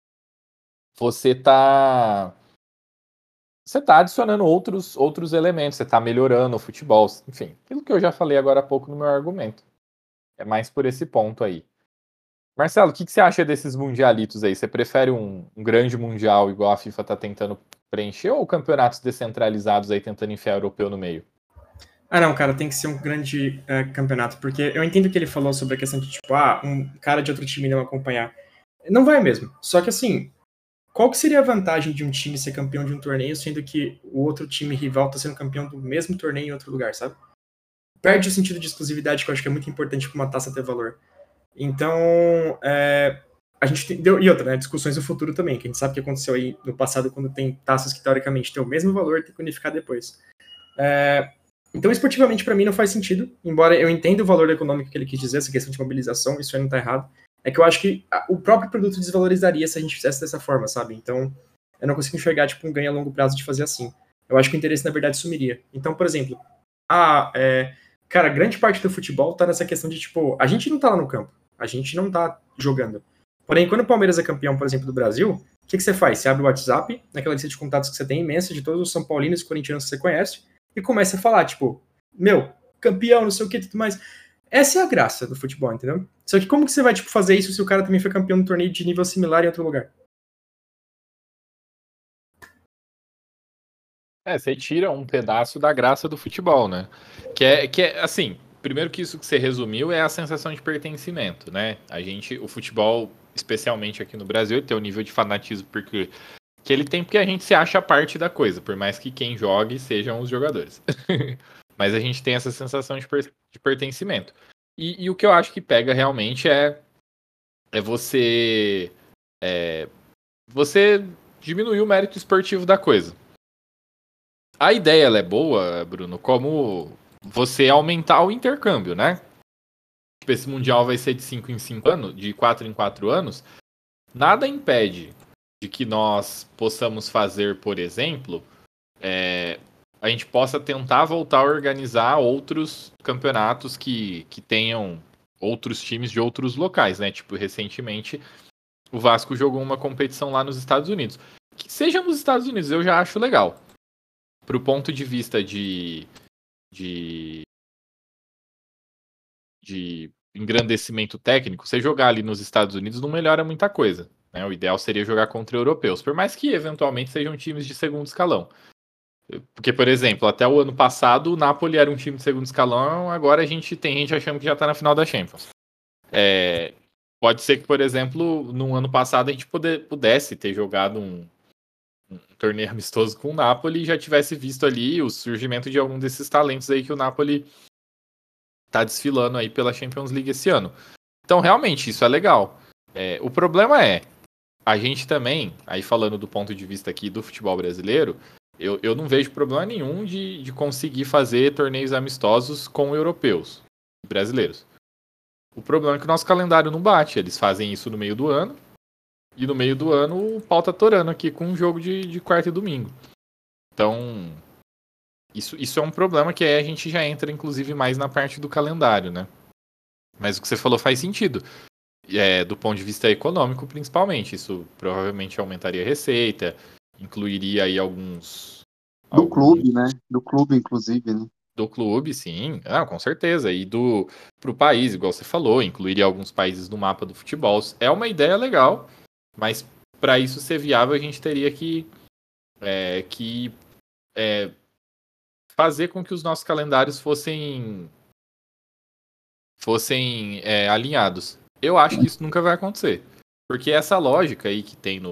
você tá adicionando outros elementos, você tá melhorando o futebol, enfim. Aquilo que eu já falei agora há pouco no meu argumento. É mais por esse ponto aí. Marcelo, o que você acha desses mundialitos aí? Você prefere um grande mundial igual a FIFA tá tentando preencher ou campeonatos descentralizados aí tentando enfiar o europeu no meio? Ah, não, cara, tem que ser um grande campeonato, porque eu entendo que ele falou sobre a questão de, tipo, um cara de outro time não acompanhar. Não vai mesmo. Só que, assim, qual que seria a vantagem de um time ser campeão de um torneio, sendo que o outro time rival tá sendo campeão do mesmo torneio em outro lugar, sabe? Perde o sentido de exclusividade, que eu acho que é muito importante para uma taça ter valor. Então, a gente e outra, né, discussões do futuro também, que a gente sabe que aconteceu aí no passado quando tem taças que teoricamente têm o mesmo valor e tem que unificar depois. Então, esportivamente, para mim, não faz sentido, embora eu entenda o valor econômico que ele quis dizer, essa questão de mobilização, isso aí não tá errado. É que eu acho que o próprio produto desvalorizaria se a gente fizesse dessa forma, sabe? Então, eu não consigo enxergar, tipo, um ganho a longo prazo de fazer assim. Eu acho que o interesse, na verdade, sumiria. Então, por exemplo, cara, grande parte do futebol tá nessa questão de, tipo, a gente não tá lá no campo, a gente não tá jogando. Porém, quando o Palmeiras é campeão, por exemplo, do Brasil, o que você faz? Você abre o WhatsApp, naquela lista de contatos que você tem imensa, de todos os São Paulinos e corintianos que você conhece, e começa a falar, tipo, meu, campeão, não sei o que, tudo mais. Essa é a graça do futebol, entendeu? Só que como que você vai, tipo, fazer isso se o cara também foi campeão no torneio de nível similar em outro lugar? Você tira um pedaço da graça do futebol, né? Que é assim, primeiro que isso que você resumiu é a sensação de pertencimento, né? O futebol, especialmente aqui no Brasil, ele tem um nível de fanatismo que ele tem porque a gente se acha parte da coisa, por mais que quem jogue sejam os jogadores. Mas a gente tem essa sensação de pertencimento. E o que eu acho que pega realmente é você diminuir o mérito esportivo da coisa. A ideia ela é boa, Bruno, como você aumentar o intercâmbio, né? Tipo, esse Mundial vai ser de 5 em 5 anos, de 4 em 4 anos. Nada impede de que nós possamos fazer, por exemplo, a gente possa tentar voltar a organizar outros campeonatos que tenham outros times de outros locais, né? Tipo, recentemente o Vasco jogou uma competição lá nos Estados Unidos. Que seja nos Estados Unidos, eu já acho legal. Pro ponto de vista de engrandecimento técnico, você jogar ali nos Estados Unidos não melhora muita coisa, né? O ideal seria jogar contra europeus, por mais que eventualmente sejam times de segundo escalão. Porque, por exemplo, até o ano passado o Napoli era um time de segundo escalão, agora tem gente achando que já tá na final da Champions. Pode ser que, por exemplo, no ano passado a gente pudesse ter jogado um torneio amistoso com o Napoli e já tivesse visto ali o surgimento de algum desses talentos aí que o Napoli tá desfilando aí pela Champions League esse ano. Então, realmente, isso é legal. O problema a gente também, aí falando do ponto de vista aqui do futebol brasileiro, eu não vejo problema nenhum de conseguir fazer torneios amistosos com europeus e brasileiros. O problema é que o nosso calendário não bate. Eles fazem isso no meio do ano, e no meio do ano o pau tá torando aqui com um jogo de quarta e domingo. Então, isso é um problema que aí a gente já entra, inclusive, mais na parte do calendário, né? Mas o que você falou faz sentido. Do ponto de vista econômico, principalmente. Isso provavelmente aumentaria a receita, incluiria aí alguns... Do clube, né? Do clube, inclusive, né? Do clube, sim. Com certeza. E pro país, igual você falou, incluiria alguns países no mapa do futebol. É uma ideia legal, mas para isso ser viável, a gente teria que fazer com que os nossos calendários fossem alinhados. Eu acho que isso nunca vai acontecer. Porque essa lógica aí que tem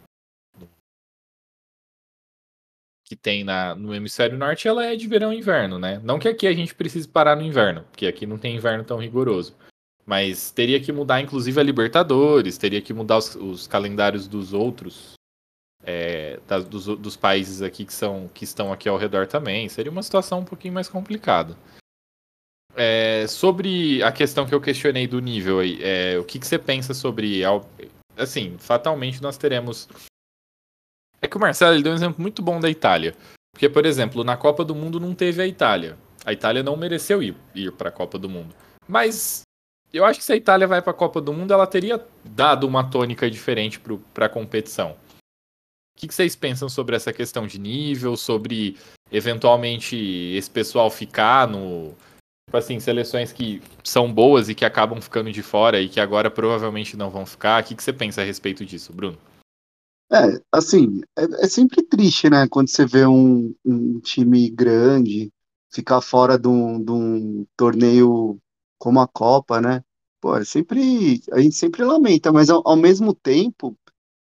no hemisfério norte, ela é de verão e inverno, né? Não que aqui a gente precise parar no inverno, porque aqui não tem inverno tão rigoroso. Mas teria que mudar, inclusive, a Libertadores, teria que mudar os calendários dos outros, dos países aqui que estão aqui ao redor também. Seria uma situação um pouquinho mais complicada. Sobre a questão que eu questionei do nível aí, o que você pensa sobre... Assim, fatalmente nós teremos... É que o Marcelo ele deu um exemplo muito bom da Itália. Porque, por exemplo, na Copa do Mundo não teve a Itália. A Itália não mereceu ir para a Copa do Mundo. Mas eu acho que se a Itália vai para a Copa do Mundo, ela teria dado uma tônica diferente para a competição. O que vocês pensam sobre essa questão de nível, sobre eventualmente esse pessoal ficar no... Tipo assim, seleções que são boas e que acabam ficando de fora e que agora provavelmente não vão ficar. O que você pensa a respeito disso, Bruno? Assim, é sempre triste, né? Quando você vê um time grande ficar fora de um torneio como a Copa, né? Pô, a gente sempre lamenta, mas ao mesmo tempo,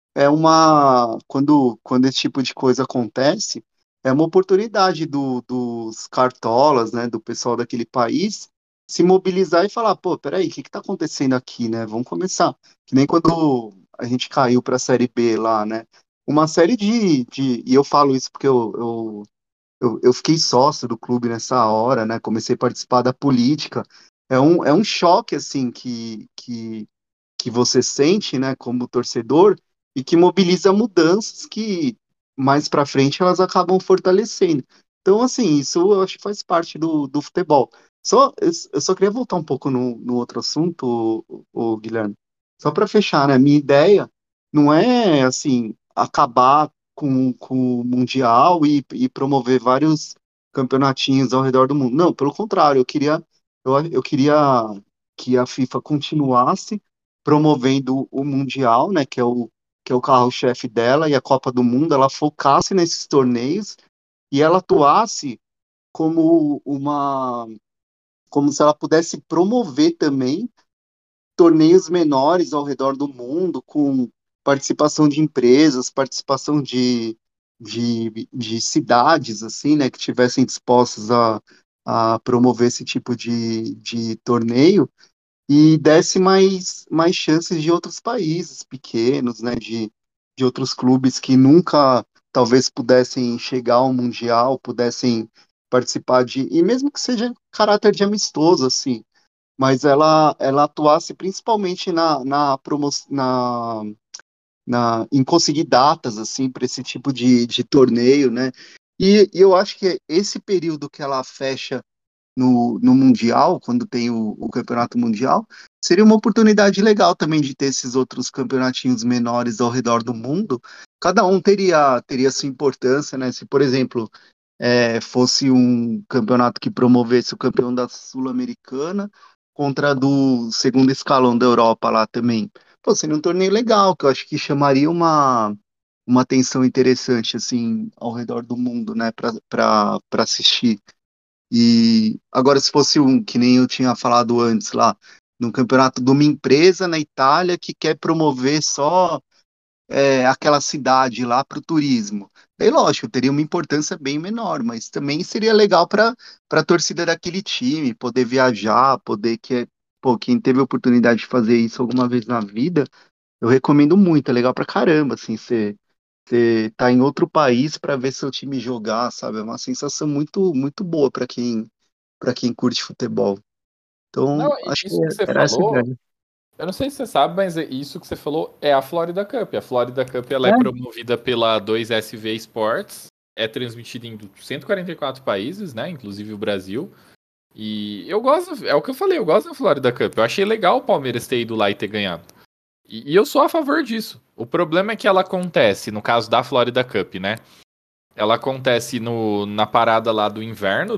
quando esse tipo de coisa acontece, é uma oportunidade dos cartolas, né? Do pessoal daquele país se mobilizar e falar, pô, peraí, o que que tá acontecendo aqui, né? Vamos começar. Que nem quando a gente caiu para a Série B lá, né? Uma série e eu falo isso porque eu fiquei sócio do clube nessa hora, né? Comecei a participar da política. É um choque, assim, que você sente, né, como torcedor, e que mobiliza mudanças que mais para frente elas acabam fortalecendo. Então, assim, isso eu acho que faz parte do futebol. Eu só queria voltar um pouco no outro assunto, o Guilherme. Só para fechar, né? Minha ideia não é, assim, acabar com o Mundial e promover vários campeonatinhos ao redor do mundo. Não, pelo contrário, eu queria que a FIFA continuasse promovendo o Mundial, né, que é o carro-chefe dela, e a Copa do Mundo, ela focasse nesses torneios e ela atuasse como como se ela pudesse promover também torneios menores ao redor do mundo, com participação de empresas, participação de cidades, assim, né, que tivessem dispostas a promover esse tipo de torneio, e desse mais chances de outros países pequenos, né, de outros clubes que nunca talvez pudessem chegar ao Mundial, pudessem participar e mesmo que seja caráter de amistoso, assim, mas ela atuasse principalmente em conseguir datas, assim, para esse tipo de torneio, né, e eu acho que esse período que ela fecha no Mundial, quando tem o Campeonato Mundial, seria uma oportunidade legal também de ter esses outros campeonatinhos menores ao redor do mundo. Cada um teria sua importância, né? Se, por exemplo, fosse um campeonato que promovesse o campeão da Sul-Americana contra a do segundo escalão da Europa lá também. Pô, seria um torneio legal, que eu acho que chamaria uma atenção interessante, assim, ao redor do mundo, né, para assistir. E agora, se fosse um, que nem eu tinha falado antes lá, num campeonato de uma empresa na Itália que quer promover só aquela cidade lá para o turismo. Aí, lógico, teria uma importância bem menor, mas também seria legal para a torcida daquele time, poder viajar, pô, quem teve a oportunidade de fazer isso alguma vez na vida, eu recomendo muito, é legal pra caramba, assim, você tá em outro país para ver seu time jogar, sabe? É uma sensação muito, muito boa para quem curte futebol. Então, Não, acho que isso que você era essa a falou, ideia. eu não sei se você sabe, mas isso que você falou é a Florida Cup. A Florida Cup ela é É, promovida pela 2SV Sports, é transmitida em 144 países, né, inclusive o Brasil. E eu gosto, é o que eu falei, eu gosto da Florida Cup. Eu achei legal o Palmeiras ter ido lá e ter ganhado. E eu sou a favor disso. O problema é que ela acontece, no caso da Florida Cup, né? Ela acontece na parada lá do inverno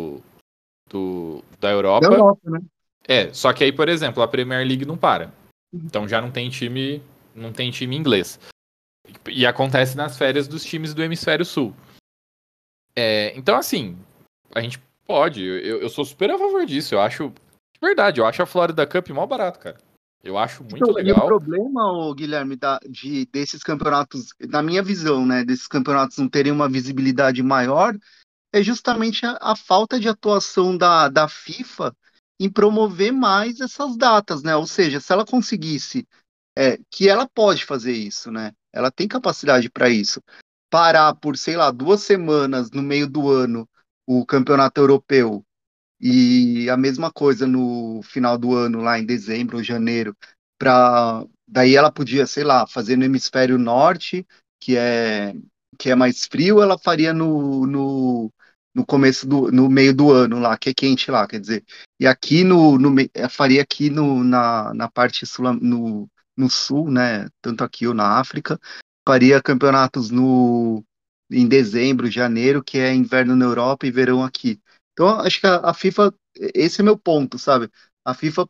da da Europa. Europa, né? Só que aí, por exemplo, a Premier League não para. Então já não tem time inglês. E acontece nas férias dos times do Hemisfério Sul. Então, assim, a gente pode. Eu sou super a favor disso. Eu acho. De verdade, eu acho a Florida Cup mó barato, cara. Eu acho muito Então, e o legal. problema, ô, Guilherme, desses campeonatos, na minha visão, né, desses campeonatos não terem uma visibilidade maior, é justamente a falta de atuação da FIFA em promover mais essas datas, né? Ou seja, se ela conseguisse, que ela pode fazer isso, né? Ela tem capacidade para isso. Parar por, sei lá, 2 semanas no meio do ano o campeonato europeu e a mesma coisa no final do ano, lá em dezembro ou janeiro, daí ela podia, sei lá, fazer no hemisfério norte, que é, que é mais frio, ela faria no começo no meio do ano lá, que é quente lá, quer dizer. E aqui faria aqui na parte sul, no sul, né? Tanto aqui ou na África, faria campeonatos em dezembro, janeiro, que é inverno na Europa e verão aqui. Então, acho que a FIFA, esse é meu ponto, sabe? A FIFA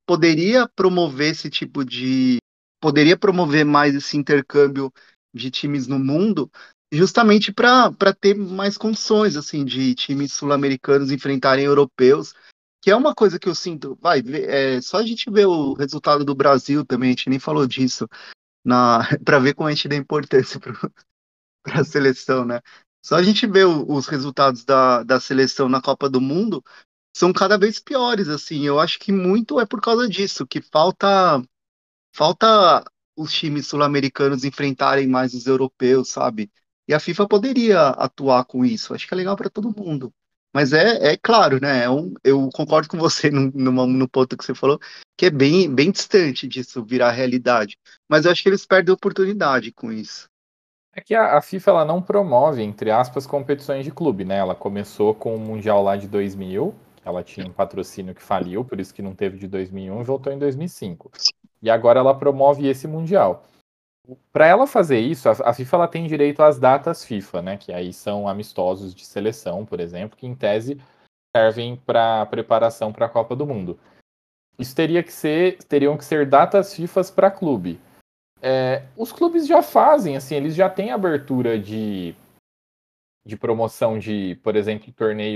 poderia promover mais esse intercâmbio de times no mundo, justamente para ter mais condições, assim, de times sul-americanos enfrentarem europeus, que é uma coisa que eu sinto, só a gente ver o resultado do Brasil também, a gente nem falou disso, para ver como a gente dá importância para a seleção, né? Só a gente vê os resultados da seleção na Copa do Mundo são cada vez piores, assim. Eu acho que muito é por causa disso, que falta os times sul-americanos enfrentarem mais os europeus, sabe? E a FIFA poderia atuar com isso. Acho que é legal para todo mundo. Mas é claro, né? Eu concordo com você no ponto que você falou, que é bem distante disso virar realidade. Mas eu acho que eles perdem oportunidade com isso. É que a FIFA ela não promove, entre aspas, competições de clube, né? Ela começou com o Mundial lá de 2000, ela tinha um patrocínio que faliu, por isso que não teve de 2001 e voltou em 2005. E agora ela promove esse Mundial. Para ela fazer isso, a FIFA ela tem direito às datas FIFA, né? Que aí são amistosos de seleção, por exemplo, que em tese servem para preparação para a Copa do Mundo. Isso teriam que ser datas FIFA para clube. Os clubes já fazem, assim, eles já têm abertura de promoção de, por exemplo,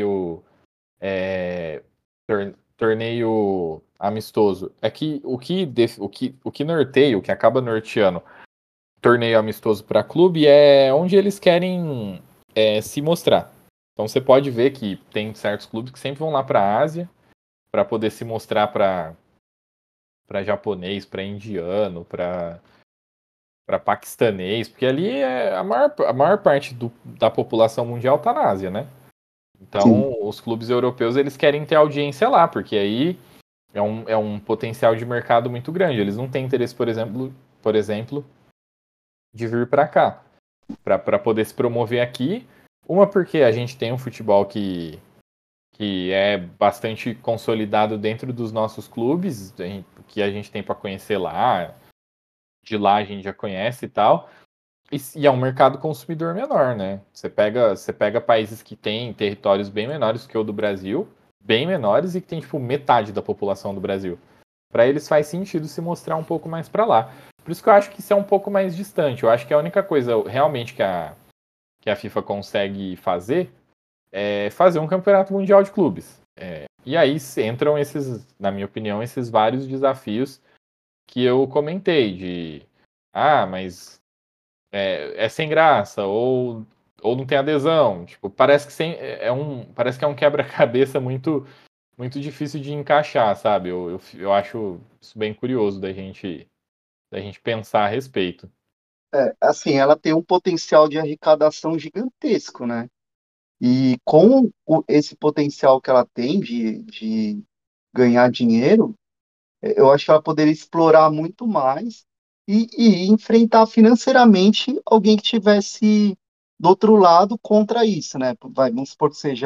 torneio amistoso. É que o que norteia, o que acaba norteando torneio amistoso para clube é onde eles querem se mostrar. Então você pode ver que tem certos clubes que sempre vão lá para a Ásia para poder se mostrar para japonês, para indiano, para paquistanês, porque ali a maior parte da população mundial está na Ásia, né? Então, Sim. os clubes europeus eles querem ter audiência lá, porque aí é um potencial de mercado muito grande. Eles não têm interesse, por exemplo, de vir para cá, para poder se promover aqui. Uma, porque a gente tem um futebol que é bastante consolidado dentro dos nossos clubes, que a gente tem para conhecer lá, de lá a gente já conhece e tal. E é um mercado consumidor menor, né? Você pega países que têm territórios bem menores que o do Brasil, bem menores, e que tem, tipo, metade da população do Brasil. Para eles faz sentido se mostrar um pouco mais para lá. Por isso que eu acho que isso é um pouco mais distante. Eu acho que a única coisa realmente que a FIFA consegue fazer é fazer um campeonato mundial de clubes. E aí entram na minha opinião, esses vários desafios que eu comentei de mas sem graça, ou não tem adesão. Tipo, parece que é um quebra-cabeça muito difícil de encaixar, sabe? Eu acho isso bem curioso da gente pensar a respeito. Assim, ela tem um potencial de arrecadação gigantesco, né? E com esse potencial que ela tem de ganhar dinheiro, eu acho que ela poderia explorar muito mais e enfrentar financeiramente alguém que tivesse do outro lado contra isso, né? Vamos supor que seja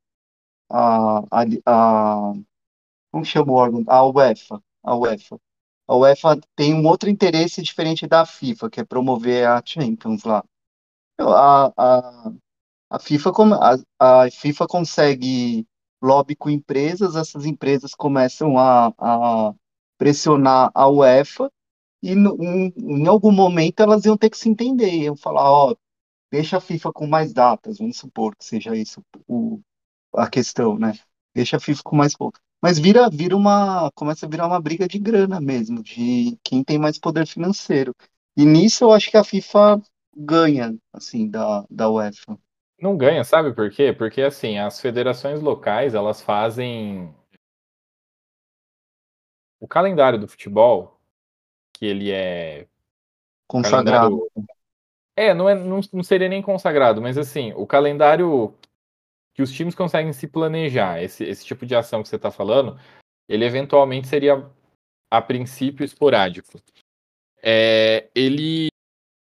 a como chama o órgão? A UEFA. A UEFA. A UEFA tem um outro interesse diferente da FIFA, que é promover a Champions lá. A, a, a FIFA consegue lobby com empresas, essas empresas começam a pressionar a UEFA e em algum momento elas iam ter que se entender, iam falar, ó, deixa a FIFA com mais datas, vamos supor que seja isso a questão, né? Deixa a FIFA com mais pouco. Mas começa a virar uma briga de grana mesmo, de quem tem mais poder financeiro. E nisso eu acho que a FIFA ganha, assim, da UEFA. Não ganha, sabe por quê? Porque, assim, as federações locais, elas fazem o calendário do futebol, que ele é Consagrado. calendário. Não seria nem consagrado, mas assim, o calendário que os times conseguem se planejar, esse tipo de ação que você está falando, ele eventualmente seria, a princípio, esporádico. Ele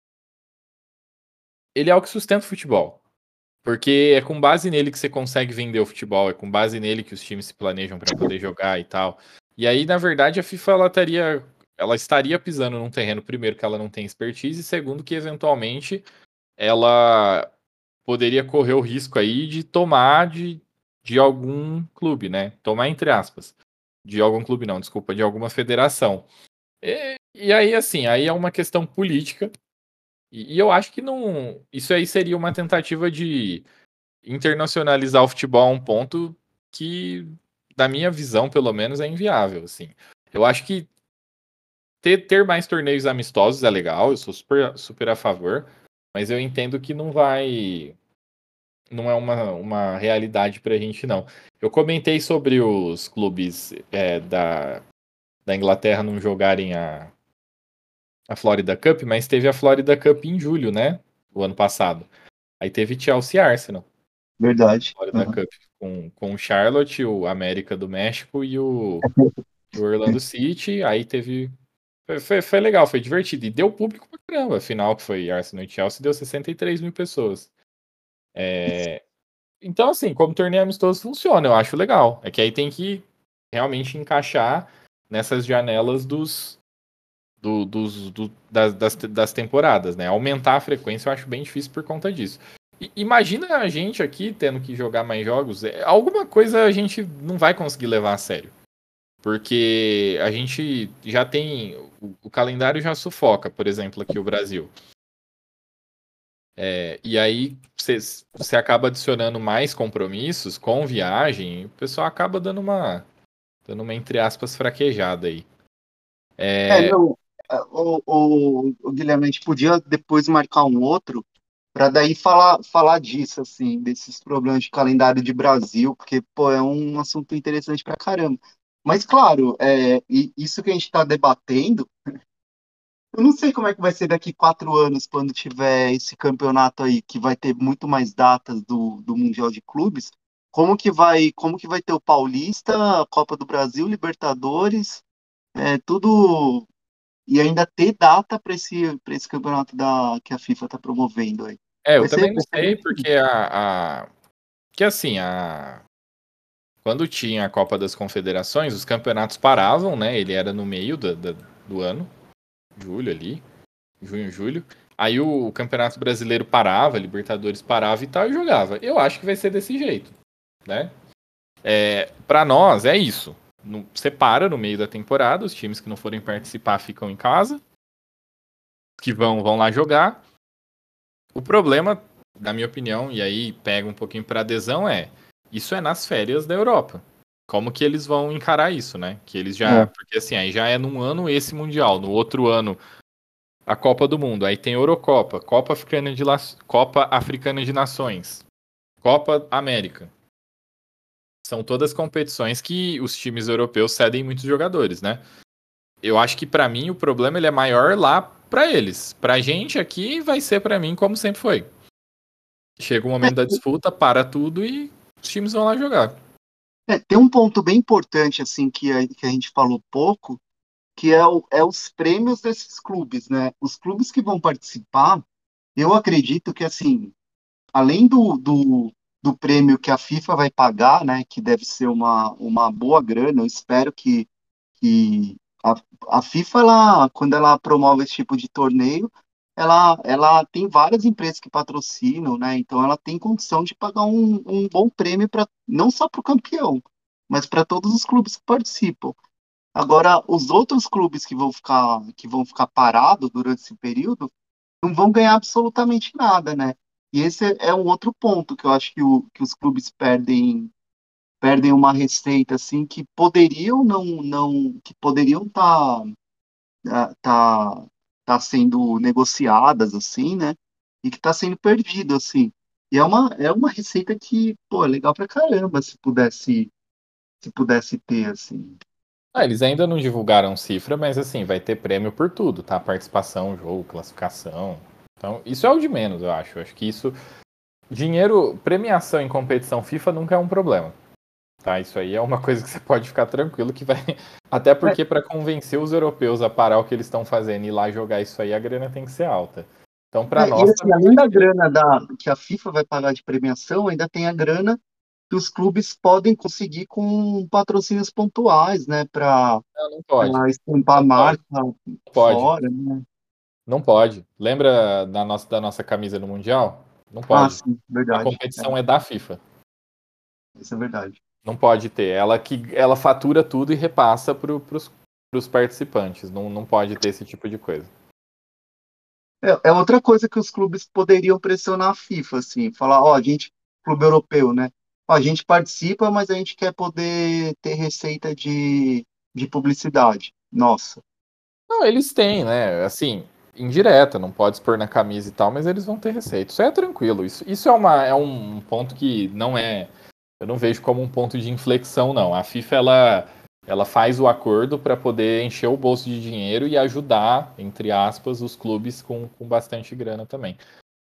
é o que sustenta o futebol. Porque é com base nele que você consegue vender o futebol, é com base nele que os times se planejam para poder jogar e tal. E aí, na verdade, a FIFA ela estaria pisando num terreno, primeiro, que ela não tem expertise, e segundo, que eventualmente ela poderia correr o risco aí de tomar de algum clube, né? Tomar entre aspas. De algum clube não, desculpa, de alguma federação. E aí, assim, aí é uma questão política. E eu acho que não. Isso aí seria uma tentativa de internacionalizar o futebol a um ponto que, da minha visão, pelo menos, é inviável, assim. Eu acho que ter mais torneios amistosos é legal, eu sou super, super a favor, mas eu entendo que não é uma realidade pra gente, não. Eu comentei sobre os clubes da Inglaterra não jogarem a Florida Cup, mas teve a Florida Cup em julho, né? o ano passado. Aí teve Chelsea e Arsenal, Verdade. fora da Cup, com o Charlotte, o América do México e o Orlando City. Aí teve. Foi legal, foi divertido. E deu público pra caramba. A final, que foi Arsenal e Chelsea, deu 63 mil pessoas. Então, assim, como torneio amistoso funciona, eu acho legal. É que aí tem que realmente encaixar nessas janelas das temporadas, né? Aumentar a frequência eu acho bem difícil por conta disso. Imagina a gente aqui tendo que jogar mais jogos. Alguma coisa a gente não vai conseguir levar a sério. Porque a gente já tem. O calendário já sufoca, por exemplo, aqui o Brasil. E aí você acaba adicionando mais compromissos com viagem, o pessoal acaba dando uma entre aspas, fraquejada aí. Não, o Guilherme, a gente podia depois marcar um outro para daí falar disso, assim, desses problemas de calendário de Brasil, porque, pô, é um assunto interessante pra caramba. Mas, claro, isso que a gente está debatendo, eu não sei como é que vai ser daqui 4 anos, quando tiver esse campeonato aí, que vai ter muito mais datas do Mundial de Clubes. Como que vai ter o Paulista, a Copa do Brasil, Libertadores, tudo. E ainda ter data para esse campeonato que a FIFA está promovendo aí. Eu Vai ser, também não vai ser sei, bem. porque que assim, quando tinha a Copa das Confederações, os campeonatos paravam, né? Ele era no meio do ano, julho ali, junho, julho. Aí o Campeonato Brasileiro parava, Libertadores parava e tal, e jogava. Eu acho que vai ser desse jeito, né? Para nós, é isso. Você para no meio da temporada, os times que não forem participar ficam em casa, que vão lá jogar. O problema, na minha opinião, e aí pega um pouquinho para adesão, isso é nas férias da Europa. Como que eles vão encarar isso, né? Que eles já. Porque assim, aí já é num ano esse Mundial, no outro ano a Copa do Mundo, aí tem Eurocopa, Copa Africana de Nações, Copa América. São todas competições que os times europeus cedem muitos jogadores, né? Eu acho que pra mim o problema ele é maior lá pra eles. Pra gente aqui vai ser pra mim como sempre foi. Chega o momento da disputa, para tudo e os times vão lá jogar. Tem um ponto bem importante, assim, que a gente falou pouco, que é os prêmios desses clubes, né? Os clubes que vão participar, eu acredito que, assim, além do prêmio que a FIFA vai pagar, né, que deve ser uma boa grana, eu espero que a FIFA, quando ela promove esse tipo de torneio, ela tem várias empresas que patrocinam, né? Então ela tem condição de pagar um bom prêmio para não só para o campeão, mas para todos os clubes que participam. Agora, os outros clubes que vão ficar parados durante esse período não vão ganhar absolutamente nada, né? E esse é um outro ponto que eu acho que os clubes perdem uma receita assim que poderiam não que poderiam tá sendo negociadas assim, né? E que está sendo perdido assim. E é uma receita que, pô, é legal pra caramba se pudesse ter assim. Eles ainda não divulgaram cifra, mas assim, vai ter prêmio por tudo, tá? Participação, jogo, classificação. Então, isso é o de menos, eu acho. Eu acho que isso. Dinheiro, premiação em competição FIFA nunca é um problema. Tá? Isso aí é uma coisa que você pode ficar tranquilo que vai. Até porque para convencer os europeus a parar o que eles estão fazendo e ir lá jogar isso aí, a grana tem que ser alta. Então, para E nós. assim, além da grana que a FIFA vai pagar de premiação, ainda tem a grana que os clubes podem conseguir com patrocínios pontuais, né? Para Não pode. estampar a Não pode. marca Não pode. fora, né? Não pode. Lembra da nossa camisa no Mundial? Não Ah, pode. sim, A verdade. competição é da FIFA. Isso é verdade. Não pode ter. Ela fatura tudo e repassa para os participantes. Não pode ter esse tipo de coisa. É outra coisa que os clubes poderiam pressionar a FIFA, assim, falar, ó, a gente, clube europeu, né? Ó, a gente participa, mas a gente quer poder ter receita de publicidade. Nossa. Não, eles têm, né? Assim, indireta, não pode expor na camisa e tal, mas eles vão ter receita. Isso é tranquilo. Isso é um ponto que não é. Eu não vejo como um ponto de inflexão, não. A FIFA, ela faz o acordo para poder encher o bolso de dinheiro e ajudar, entre aspas, os clubes com bastante grana também.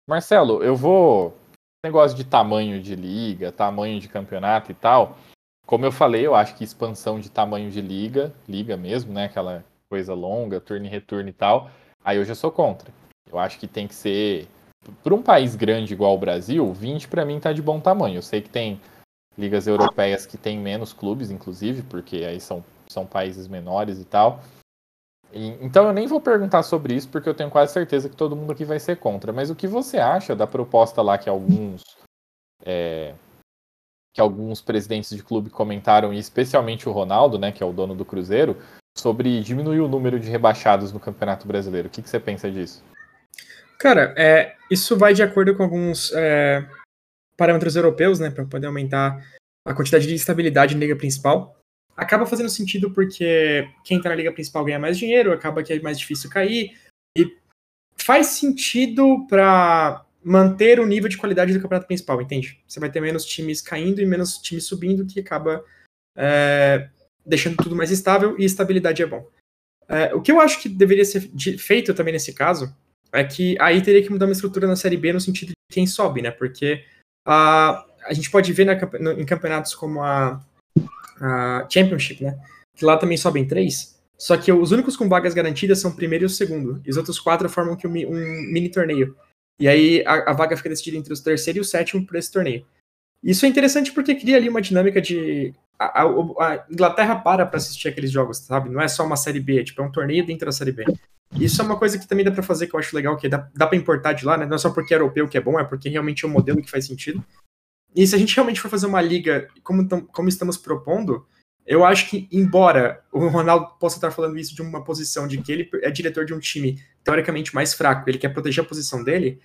Marcelo, eu vou. Negócio de tamanho de liga, tamanho de campeonato e tal. Como eu falei, eu acho que expansão de tamanho de liga mesmo, né? Aquela coisa longa, turno e retorno e tal. Aí eu já sou contra. Eu acho que tem que ser. Para um país grande igual o Brasil, 20 para mim tá de bom tamanho. Eu sei que tem ligas europeias que tem menos clubes, inclusive, porque aí são países menores e tal. Então eu nem vou perguntar sobre isso, porque eu tenho quase certeza que todo mundo aqui vai ser contra. Mas o que você acha da proposta lá que alguns presidentes de clube comentaram, e especialmente o Ronaldo, né, que é o dono do Cruzeiro, sobre diminuir o número de rebaixados no Campeonato Brasileiro? O que você pensa disso? Cara, isso vai de acordo com alguns parâmetros europeus, né, para poder aumentar a quantidade de estabilidade na liga principal. Acaba fazendo sentido porque quem tá na liga principal ganha mais dinheiro, acaba que é mais difícil cair, e faz sentido para manter o nível de qualidade do campeonato principal, entende? Você vai ter menos times caindo e menos times subindo, que acaba deixando tudo mais estável, e estabilidade é bom. O que eu acho que deveria ser feito também nesse caso é que aí teria que mudar uma estrutura na Série B no sentido de quem sobe, né? Porque a gente pode ver em campeonatos como a Championship, né? Que lá também sobem 3. Só que os únicos com vagas garantidas são o primeiro e o segundo. E os outros 4 formam um mini torneio. E aí a vaga fica decidida entre o terceiro e o sétimo por esse torneio. Isso é interessante porque cria ali uma dinâmica de... A Inglaterra para assistir aqueles jogos, sabe? Não é só uma Série B, é um torneio dentro da Série B. Isso é uma coisa que também dá pra fazer, que eu acho legal, que dá pra importar de lá, né? Não é só porque é europeu que é bom, é porque realmente é um modelo que faz sentido. E se a gente realmente for fazer uma liga como estamos propondo, eu acho que, embora o Ronaldo possa estar falando isso de uma posição de que ele é diretor de um time teoricamente mais fraco, ele quer proteger a posição dele,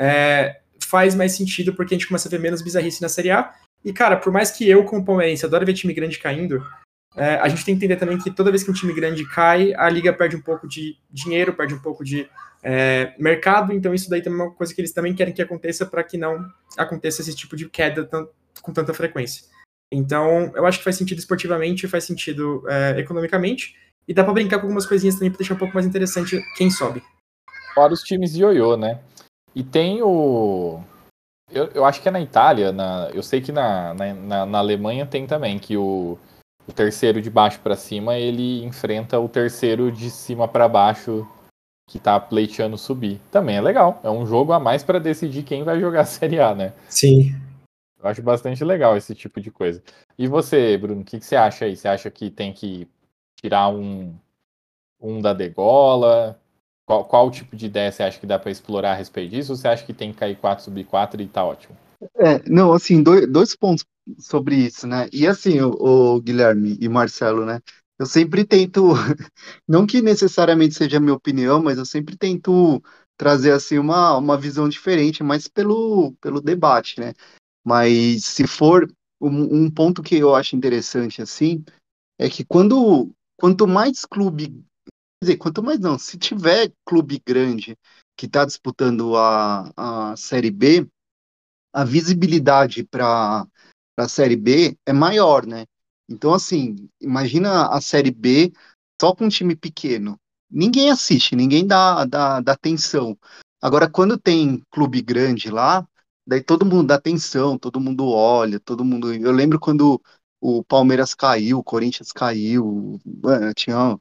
faz mais sentido porque a gente começa a ver menos bizarrice na Série A. E, cara, por mais que eu, como palmeirense, adoro ver time grande caindo, a gente tem que entender também que toda vez que um time grande cai, a liga perde um pouco de dinheiro, perde um pouco de mercado, então isso daí também é uma coisa que eles também querem que aconteça para que não aconteça esse tipo de queda com tanta frequência. Então, eu acho que faz sentido esportivamente, faz sentido economicamente, e dá para brincar com algumas coisinhas também para deixar um pouco mais interessante quem sobe. Fora os times de ioiô, né? E tem o... Eu acho que é na Itália, eu sei que na Alemanha tem também, que o terceiro de baixo para cima, ele enfrenta o terceiro de cima para baixo que tá pleiteando subir. Também é legal, é um jogo a mais para decidir quem vai jogar a Série A, né? Sim. Eu acho bastante legal esse tipo de coisa. E você, Bruno, o que você acha aí? Você acha que tem que tirar um da degola? Qual tipo de ideia você acha que dá para explorar a respeito disso? Ou você acha que tem que cair 4 sobre 4 e tá ótimo? Não, assim, dois pontos sobre isso, né? E assim, o Guilherme e Marcelo, né? Eu sempre tento, não que necessariamente seja a minha opinião, mas eu sempre tento trazer assim uma visão diferente, mas pelo debate, né? Mas se for um ponto que eu acho interessante assim, é que quanto mais clube, quer dizer, quanto mais não, se tiver clube grande que está disputando a Série B, a visibilidade para a Série B é maior, né? Então, assim, imagina a Série B só com um time pequeno. Ninguém assiste, ninguém dá atenção. Agora, quando tem clube grande lá, daí todo mundo dá atenção, todo mundo olha, todo mundo. Eu lembro quando o Palmeiras caiu, o Corinthians caiu, mano, tinha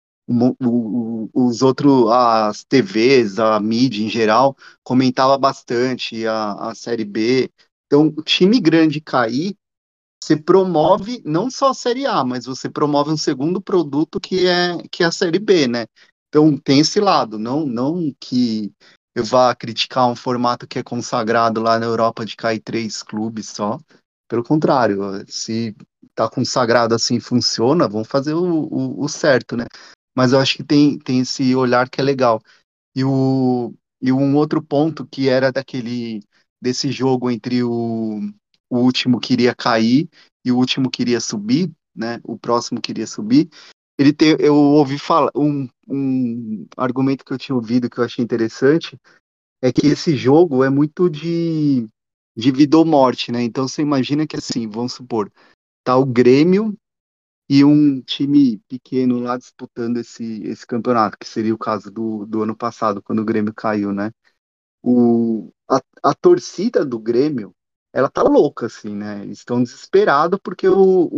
os outros, as TVs, a mídia em geral, comentava bastante a Série B. Então, o time grande cair, você promove não só a Série A, mas você promove um segundo produto que é a Série B, né? Então, tem esse lado, não que eu vá criticar um formato que é consagrado lá na Europa de cair 3 clubes só. Pelo contrário, se tá consagrado assim, funciona, vamos fazer o certo, né? Mas eu acho que tem esse olhar que é legal. E um outro ponto que era desse jogo entre o último que iria cair e o último que iria subir, né? O próximo queria subir. Eu ouvi falar um argumento que eu tinha ouvido que eu achei interessante é que esse jogo é muito de vida ou morte, né? Então você imagina que assim, vamos supor, tá o Grêmio e um time pequeno lá disputando esse campeonato, que seria o caso do ano passado, quando o Grêmio caiu, né? a torcida do Grêmio, ela tá louca, assim, né? Eles estão desesperados porque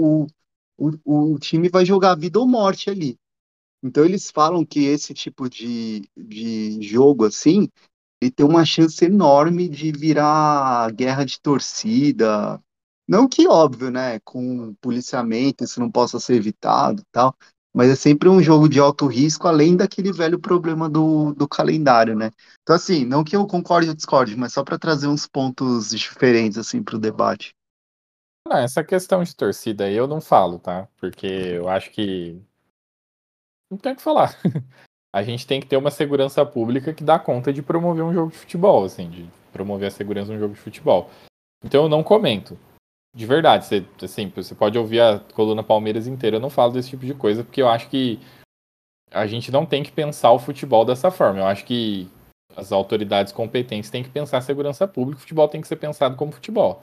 o time vai jogar vida ou morte ali. Então eles falam que esse tipo de jogo, assim, ele tem uma chance enorme de virar guerra de torcida. Não que óbvio, né? Com policiamento isso não possa ser evitado e tal, mas é sempre um jogo de alto risco, além daquele velho problema do calendário, né? Então, assim, não que eu concorde ou discorde, mas só para trazer uns pontos diferentes, assim, para o debate. Não, essa questão de torcida aí eu não falo, tá? Porque eu acho que não tem o que falar. A gente tem que ter uma segurança pública que dá conta de promover um jogo de futebol, assim, de promover a segurança de um jogo de futebol. Então eu não comento. De verdade, você pode ouvir a coluna Palmeiras inteira, eu não falo desse tipo de coisa, porque eu acho que a gente não tem que pensar o futebol dessa forma. Eu acho que as autoridades competentes têm que pensar a segurança pública, o futebol tem que ser pensado como futebol.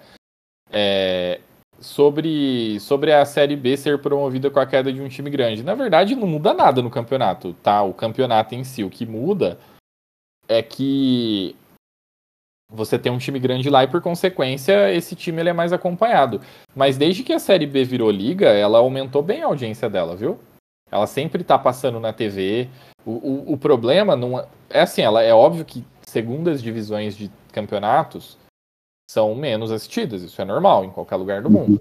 Sobre a Série B ser promovida com a queda de um time grande. Na verdade, não muda nada no campeonato, tá? O campeonato em si, o que muda é que você tem um time grande lá e, por consequência, esse time ele é mais acompanhado. Mas desde que a Série B virou liga, ela aumentou bem a audiência dela, viu? Ela sempre tá passando na TV. O problema não é assim, ela é óbvio que segundas divisões de campeonatos são menos assistidas, isso é normal em qualquer lugar do mundo.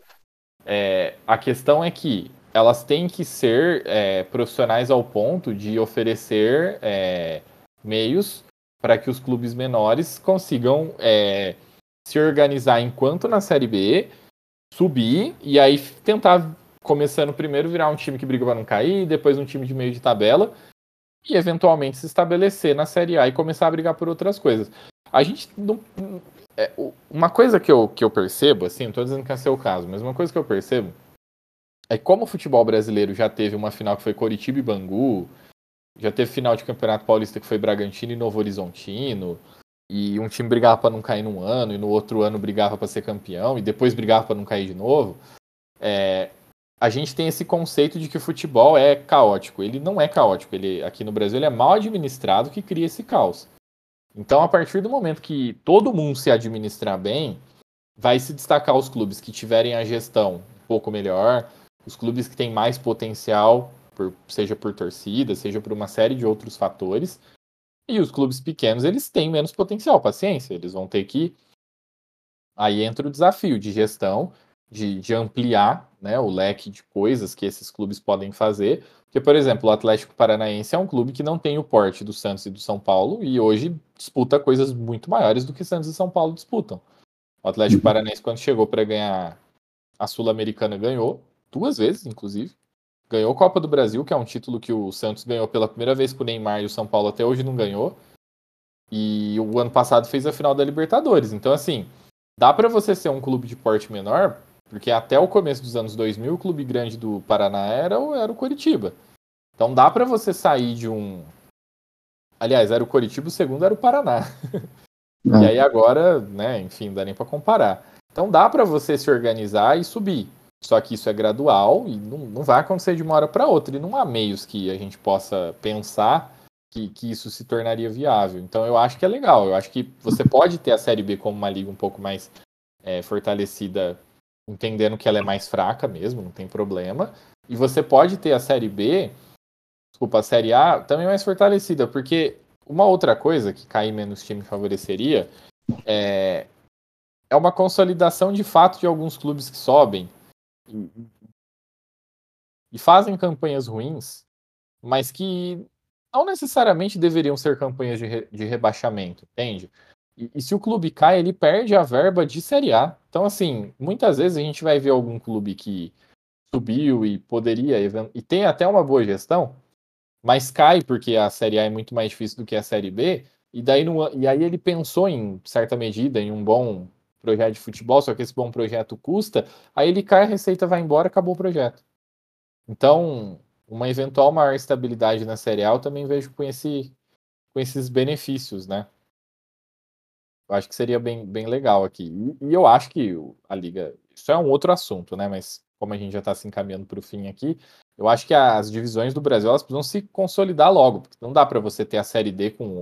A questão é que elas têm que ser profissionais ao ponto de oferecer meios para que os clubes menores consigam se organizar enquanto na Série B, subir e aí tentar, começando primeiro, virar um time que briga para não cair, depois um time de meio de tabela e eventualmente se estabelecer na Série A e começar a brigar por outras coisas. A gente não... uma coisa que eu percebo, assim, não estou dizendo que é seu caso, mas uma coisa que eu percebo é que como o futebol brasileiro já teve uma final que foi Coritiba e Bangu, já teve final de Campeonato Paulista que foi Bragantino e Novo Horizontino, e um time brigava para não cair num ano, e no outro ano brigava para ser campeão, e depois brigava para não cair de novo, a gente tem esse conceito de que o futebol é caótico. Ele não é caótico. Aqui no Brasil ele é mal administrado, que cria esse caos. Então, a partir do momento que todo mundo se administrar bem, vai se destacar os clubes que tiverem a gestão um pouco melhor, os clubes que têm mais potencial, seja por torcida, seja por uma série de outros fatores, e os clubes pequenos, eles têm menos potencial, paciência, eles vão ter que... Aí entra o desafio de gestão, de ampliar, né, o leque de coisas que esses clubes podem fazer, porque, por exemplo, o Atlético Paranaense é um clube que não tem o porte do Santos e do São Paulo, e hoje disputa coisas muito maiores do que Santos e São Paulo disputam. O Atlético Paranaense, quando chegou para ganhar a Sul-Americana, ganhou, 2 vezes, inclusive. Ganhou a Copa do Brasil, que é um título que o Santos ganhou pela primeira vez com o Neymar, e o São Paulo até hoje não ganhou. E o ano passado fez a final da Libertadores. Então, assim, dá para você ser um clube de porte menor, porque até o começo dos anos 2000, o clube grande do Paraná era o Coritiba. Então dá para você sair de um... Aliás, era o Coritiba, o segundo era o Paraná. E aí agora, né, enfim, não dá nem para comparar. Então dá para você se organizar e subir. Só que isso é gradual e não vai acontecer de uma hora para outra. E não há meios que a gente possa pensar que isso se tornaria viável. Então eu acho que é legal. Eu acho que você pode ter a Série B como uma liga um pouco mais fortalecida, entendendo que ela é mais fraca mesmo, não tem problema. E você pode ter a Série B, a Série A, também mais fortalecida, porque uma outra coisa que cair menos time favoreceria é uma consolidação de fato de alguns clubes que sobem e fazem campanhas ruins, mas que não necessariamente deveriam ser campanhas de rebaixamento, entende? E se o clube cai, ele perde a verba de Série A. Então, assim, muitas vezes a gente vai ver algum clube que subiu e poderia, e tem até uma boa gestão, mas cai porque a Série A é muito mais difícil do que a Série B, e aí ele pensou em certa medida em um bom projeto de futebol, só que esse bom projeto custa, aí ele cai, a receita vai embora, acabou o projeto. Então, uma eventual maior estabilidade na Série A eu também vejo com esses benefícios, né? Eu acho que seria bem, bem legal aqui. E eu acho que a Liga... Isso é um outro assunto, né? Mas como a gente já está se encaminhando para o fim aqui, eu acho que as divisões do Brasil elas precisam se consolidar logo. Porque não dá para você ter a Série D com... Acho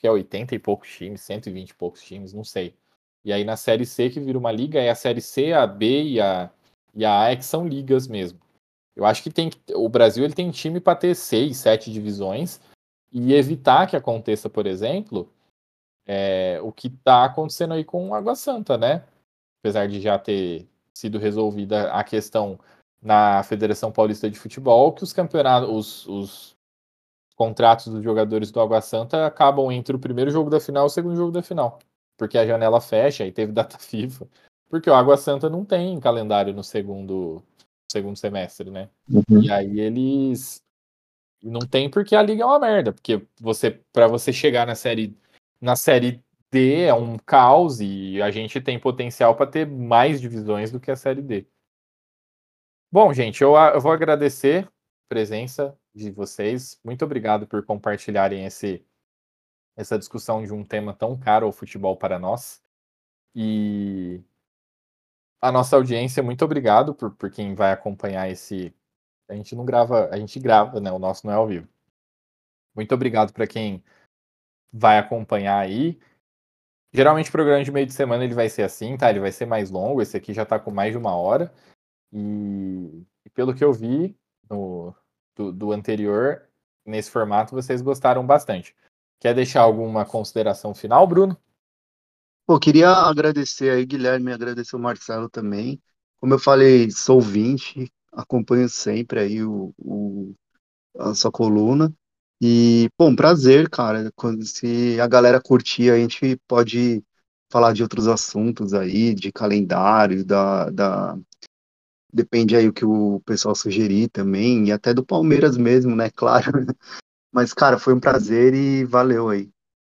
que é 80 e poucos times, 120 e poucos times, não sei. E aí na Série C que vira uma liga, é a Série C, a B e a A é que são ligas mesmo. Eu acho que o Brasil ele tem time para ter 6, 7 divisões e evitar que aconteça, por exemplo, o que está acontecendo aí com o Água Santa, né? Apesar de já ter sido resolvida a questão na Federação Paulista de Futebol, que os campeonatos, os contratos dos jogadores do Água Santa acabam entre o primeiro jogo da final e o segundo jogo da final, porque a janela fecha e teve data FIFA, porque o Água Santa não tem calendário no segundo semestre, né? E aí eles não tem porque a liga é uma merda, porque para você chegar na série D é um caos e a gente tem potencial para ter mais divisões do que a série D. Bom, gente, eu vou agradecer a presença de vocês. Muito obrigado por compartilharem essa discussão de um tema tão caro ao futebol para nós. E a nossa audiência, muito obrigado por quem vai acompanhar esse. A gente não grava, a gente grava, né? O nosso não é ao vivo. Muito obrigado para quem vai acompanhar aí. Geralmente o programa de meio de semana ele vai ser assim, tá? Ele vai ser mais longo. Esse aqui já tá com mais de 1 hora. E pelo que eu vi do anterior, nesse formato, vocês gostaram bastante. Quer deixar alguma consideração final, Bruno? Pô, queria agradecer aí, Guilherme, agradecer o Marcelo também. Como eu falei, sou ouvinte, acompanho sempre aí a sua coluna. E, pô, um prazer, cara. Se a galera curtir, a gente pode falar de outros assuntos aí, de calendário, depende aí o que o pessoal sugerir também, e até do Palmeiras mesmo, né? Claro. Mas, cara, foi um prazer e valeu aí.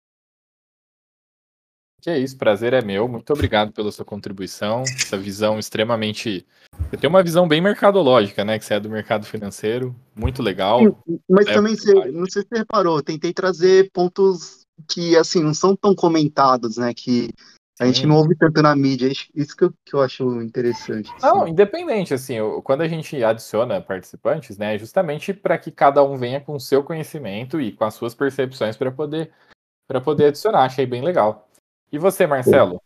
Que é isso, prazer é meu. Muito obrigado pela sua contribuição, essa visão extremamente. Você tem uma visão bem mercadológica, né? Que você é do mercado financeiro, muito legal. Mas também, não sei se você reparou, eu tentei trazer pontos que, assim, não são tão comentados, né? Que a gente não ouve tanto na mídia. Isso que eu acho interessante. Não, Assim. independente, assim, quando a gente adiciona participantes, né, é justamente para que cada um venha com o seu conhecimento e com as suas percepções para poder adicionar. Achei bem legal. E você, Marcelo?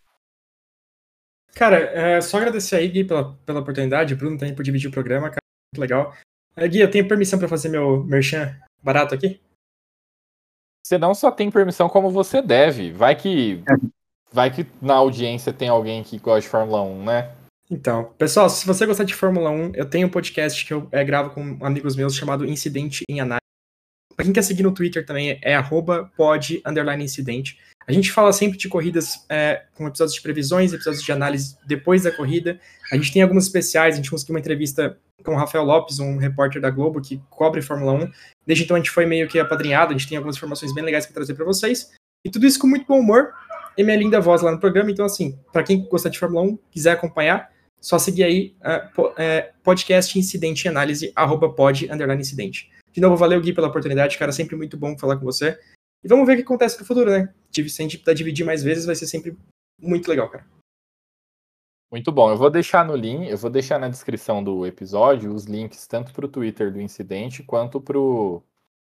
Cara, só agradecer aí, Gui, pela oportunidade, o Bruno também por dividir o programa, cara, muito legal. Gui, eu tenho permissão para fazer meu merchan barato aqui? Você não só tem permissão, como você deve. Vai que na audiência tem alguém que gosta de Fórmula 1, né? Então, pessoal, se você gostar de Fórmula 1, eu tenho um podcast que eu gravo com amigos meus chamado Incidente em Análise. Pra quem quer seguir no Twitter também é @pod_incidente. A gente fala sempre de corridas com episódios de previsões, episódios de análise depois da corrida. A gente tem alguns especiais, a gente conseguiu uma entrevista com o Rafael Lopes, um repórter da Globo que cobre Fórmula 1. Desde então a gente foi meio que apadrinhado, a gente tem algumas informações bem legais para trazer para vocês. E tudo isso com muito bom humor e minha linda voz lá no programa. Então, assim, para quem gostar de Fórmula 1, quiser acompanhar, só seguir aí podcast Incidente em Análise, @pod_incidente. De novo, valeu, Gui, pela oportunidade, cara, sempre muito bom falar com você. E vamos ver o que acontece no futuro, né? Se a gente puder dividir mais vezes, vai ser sempre muito legal, cara. Muito bom. Eu vou deixar na descrição do episódio os links tanto para o Twitter do Incidente quanto pro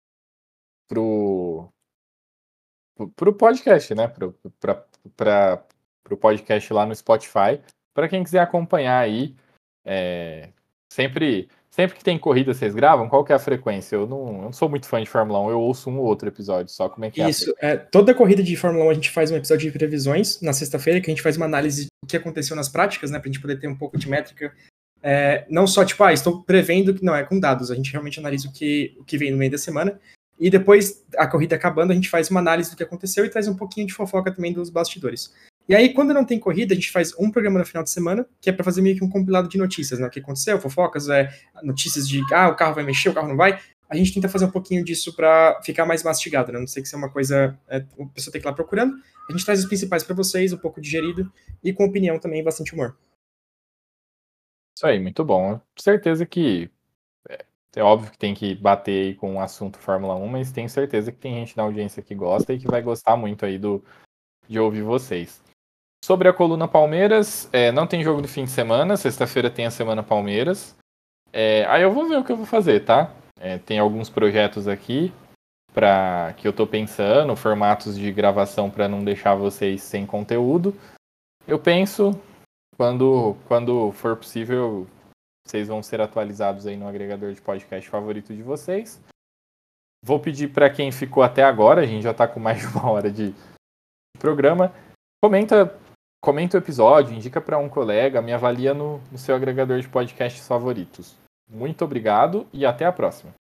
podcast, né? Pro podcast lá no Spotify. Para quem quiser acompanhar aí, sempre que tem corrida, vocês gravam? Qual que é a frequência? Eu não sou muito fã de Fórmula 1, eu ouço um ou outro episódio, só como é que é. Isso, toda corrida de Fórmula 1 a gente faz um episódio de previsões na sexta-feira, que a gente faz uma análise do que aconteceu nas práticas, né, pra gente poder ter um pouco de métrica. Não só, tipo, estou prevendo, não, é com dados, a gente realmente analisa o que vem no meio da semana, e depois, a corrida acabando, a gente faz uma análise do que aconteceu e traz um pouquinho de fofoca também dos bastidores. E aí, quando não tem corrida, a gente faz um programa no final de semana, que é para fazer meio que um compilado de notícias, né? O que aconteceu, fofocas, notícias de, o carro vai mexer, o carro não vai. A gente tenta fazer um pouquinho disso para ficar mais mastigado, né? Não sei que seja uma coisa, a pessoa tem que ir lá procurando. A gente traz os principais para vocês, um pouco digerido, e com opinião também, bastante humor. Isso aí, muito bom. Certeza que é óbvio que tem que bater aí com o assunto Fórmula 1, mas tenho certeza que tem gente na audiência que gosta e que vai gostar muito aí de ouvir vocês. Sobre a coluna Palmeiras, não tem jogo do fim de semana, sexta-feira tem a semana Palmeiras. Aí eu vou ver o que eu vou fazer, tá? Tem alguns projetos aqui, que eu tô pensando, formatos de gravação para não deixar vocês sem conteúdo. Eu penso, quando for possível, vocês vão ser atualizados aí no agregador de podcast favorito de vocês. Vou pedir para quem ficou até agora, a gente já está com mais de 1 hora de programa, comenta o episódio, indica para um colega, me avalia no seu agregador de podcasts favoritos. Muito obrigado e até a próxima.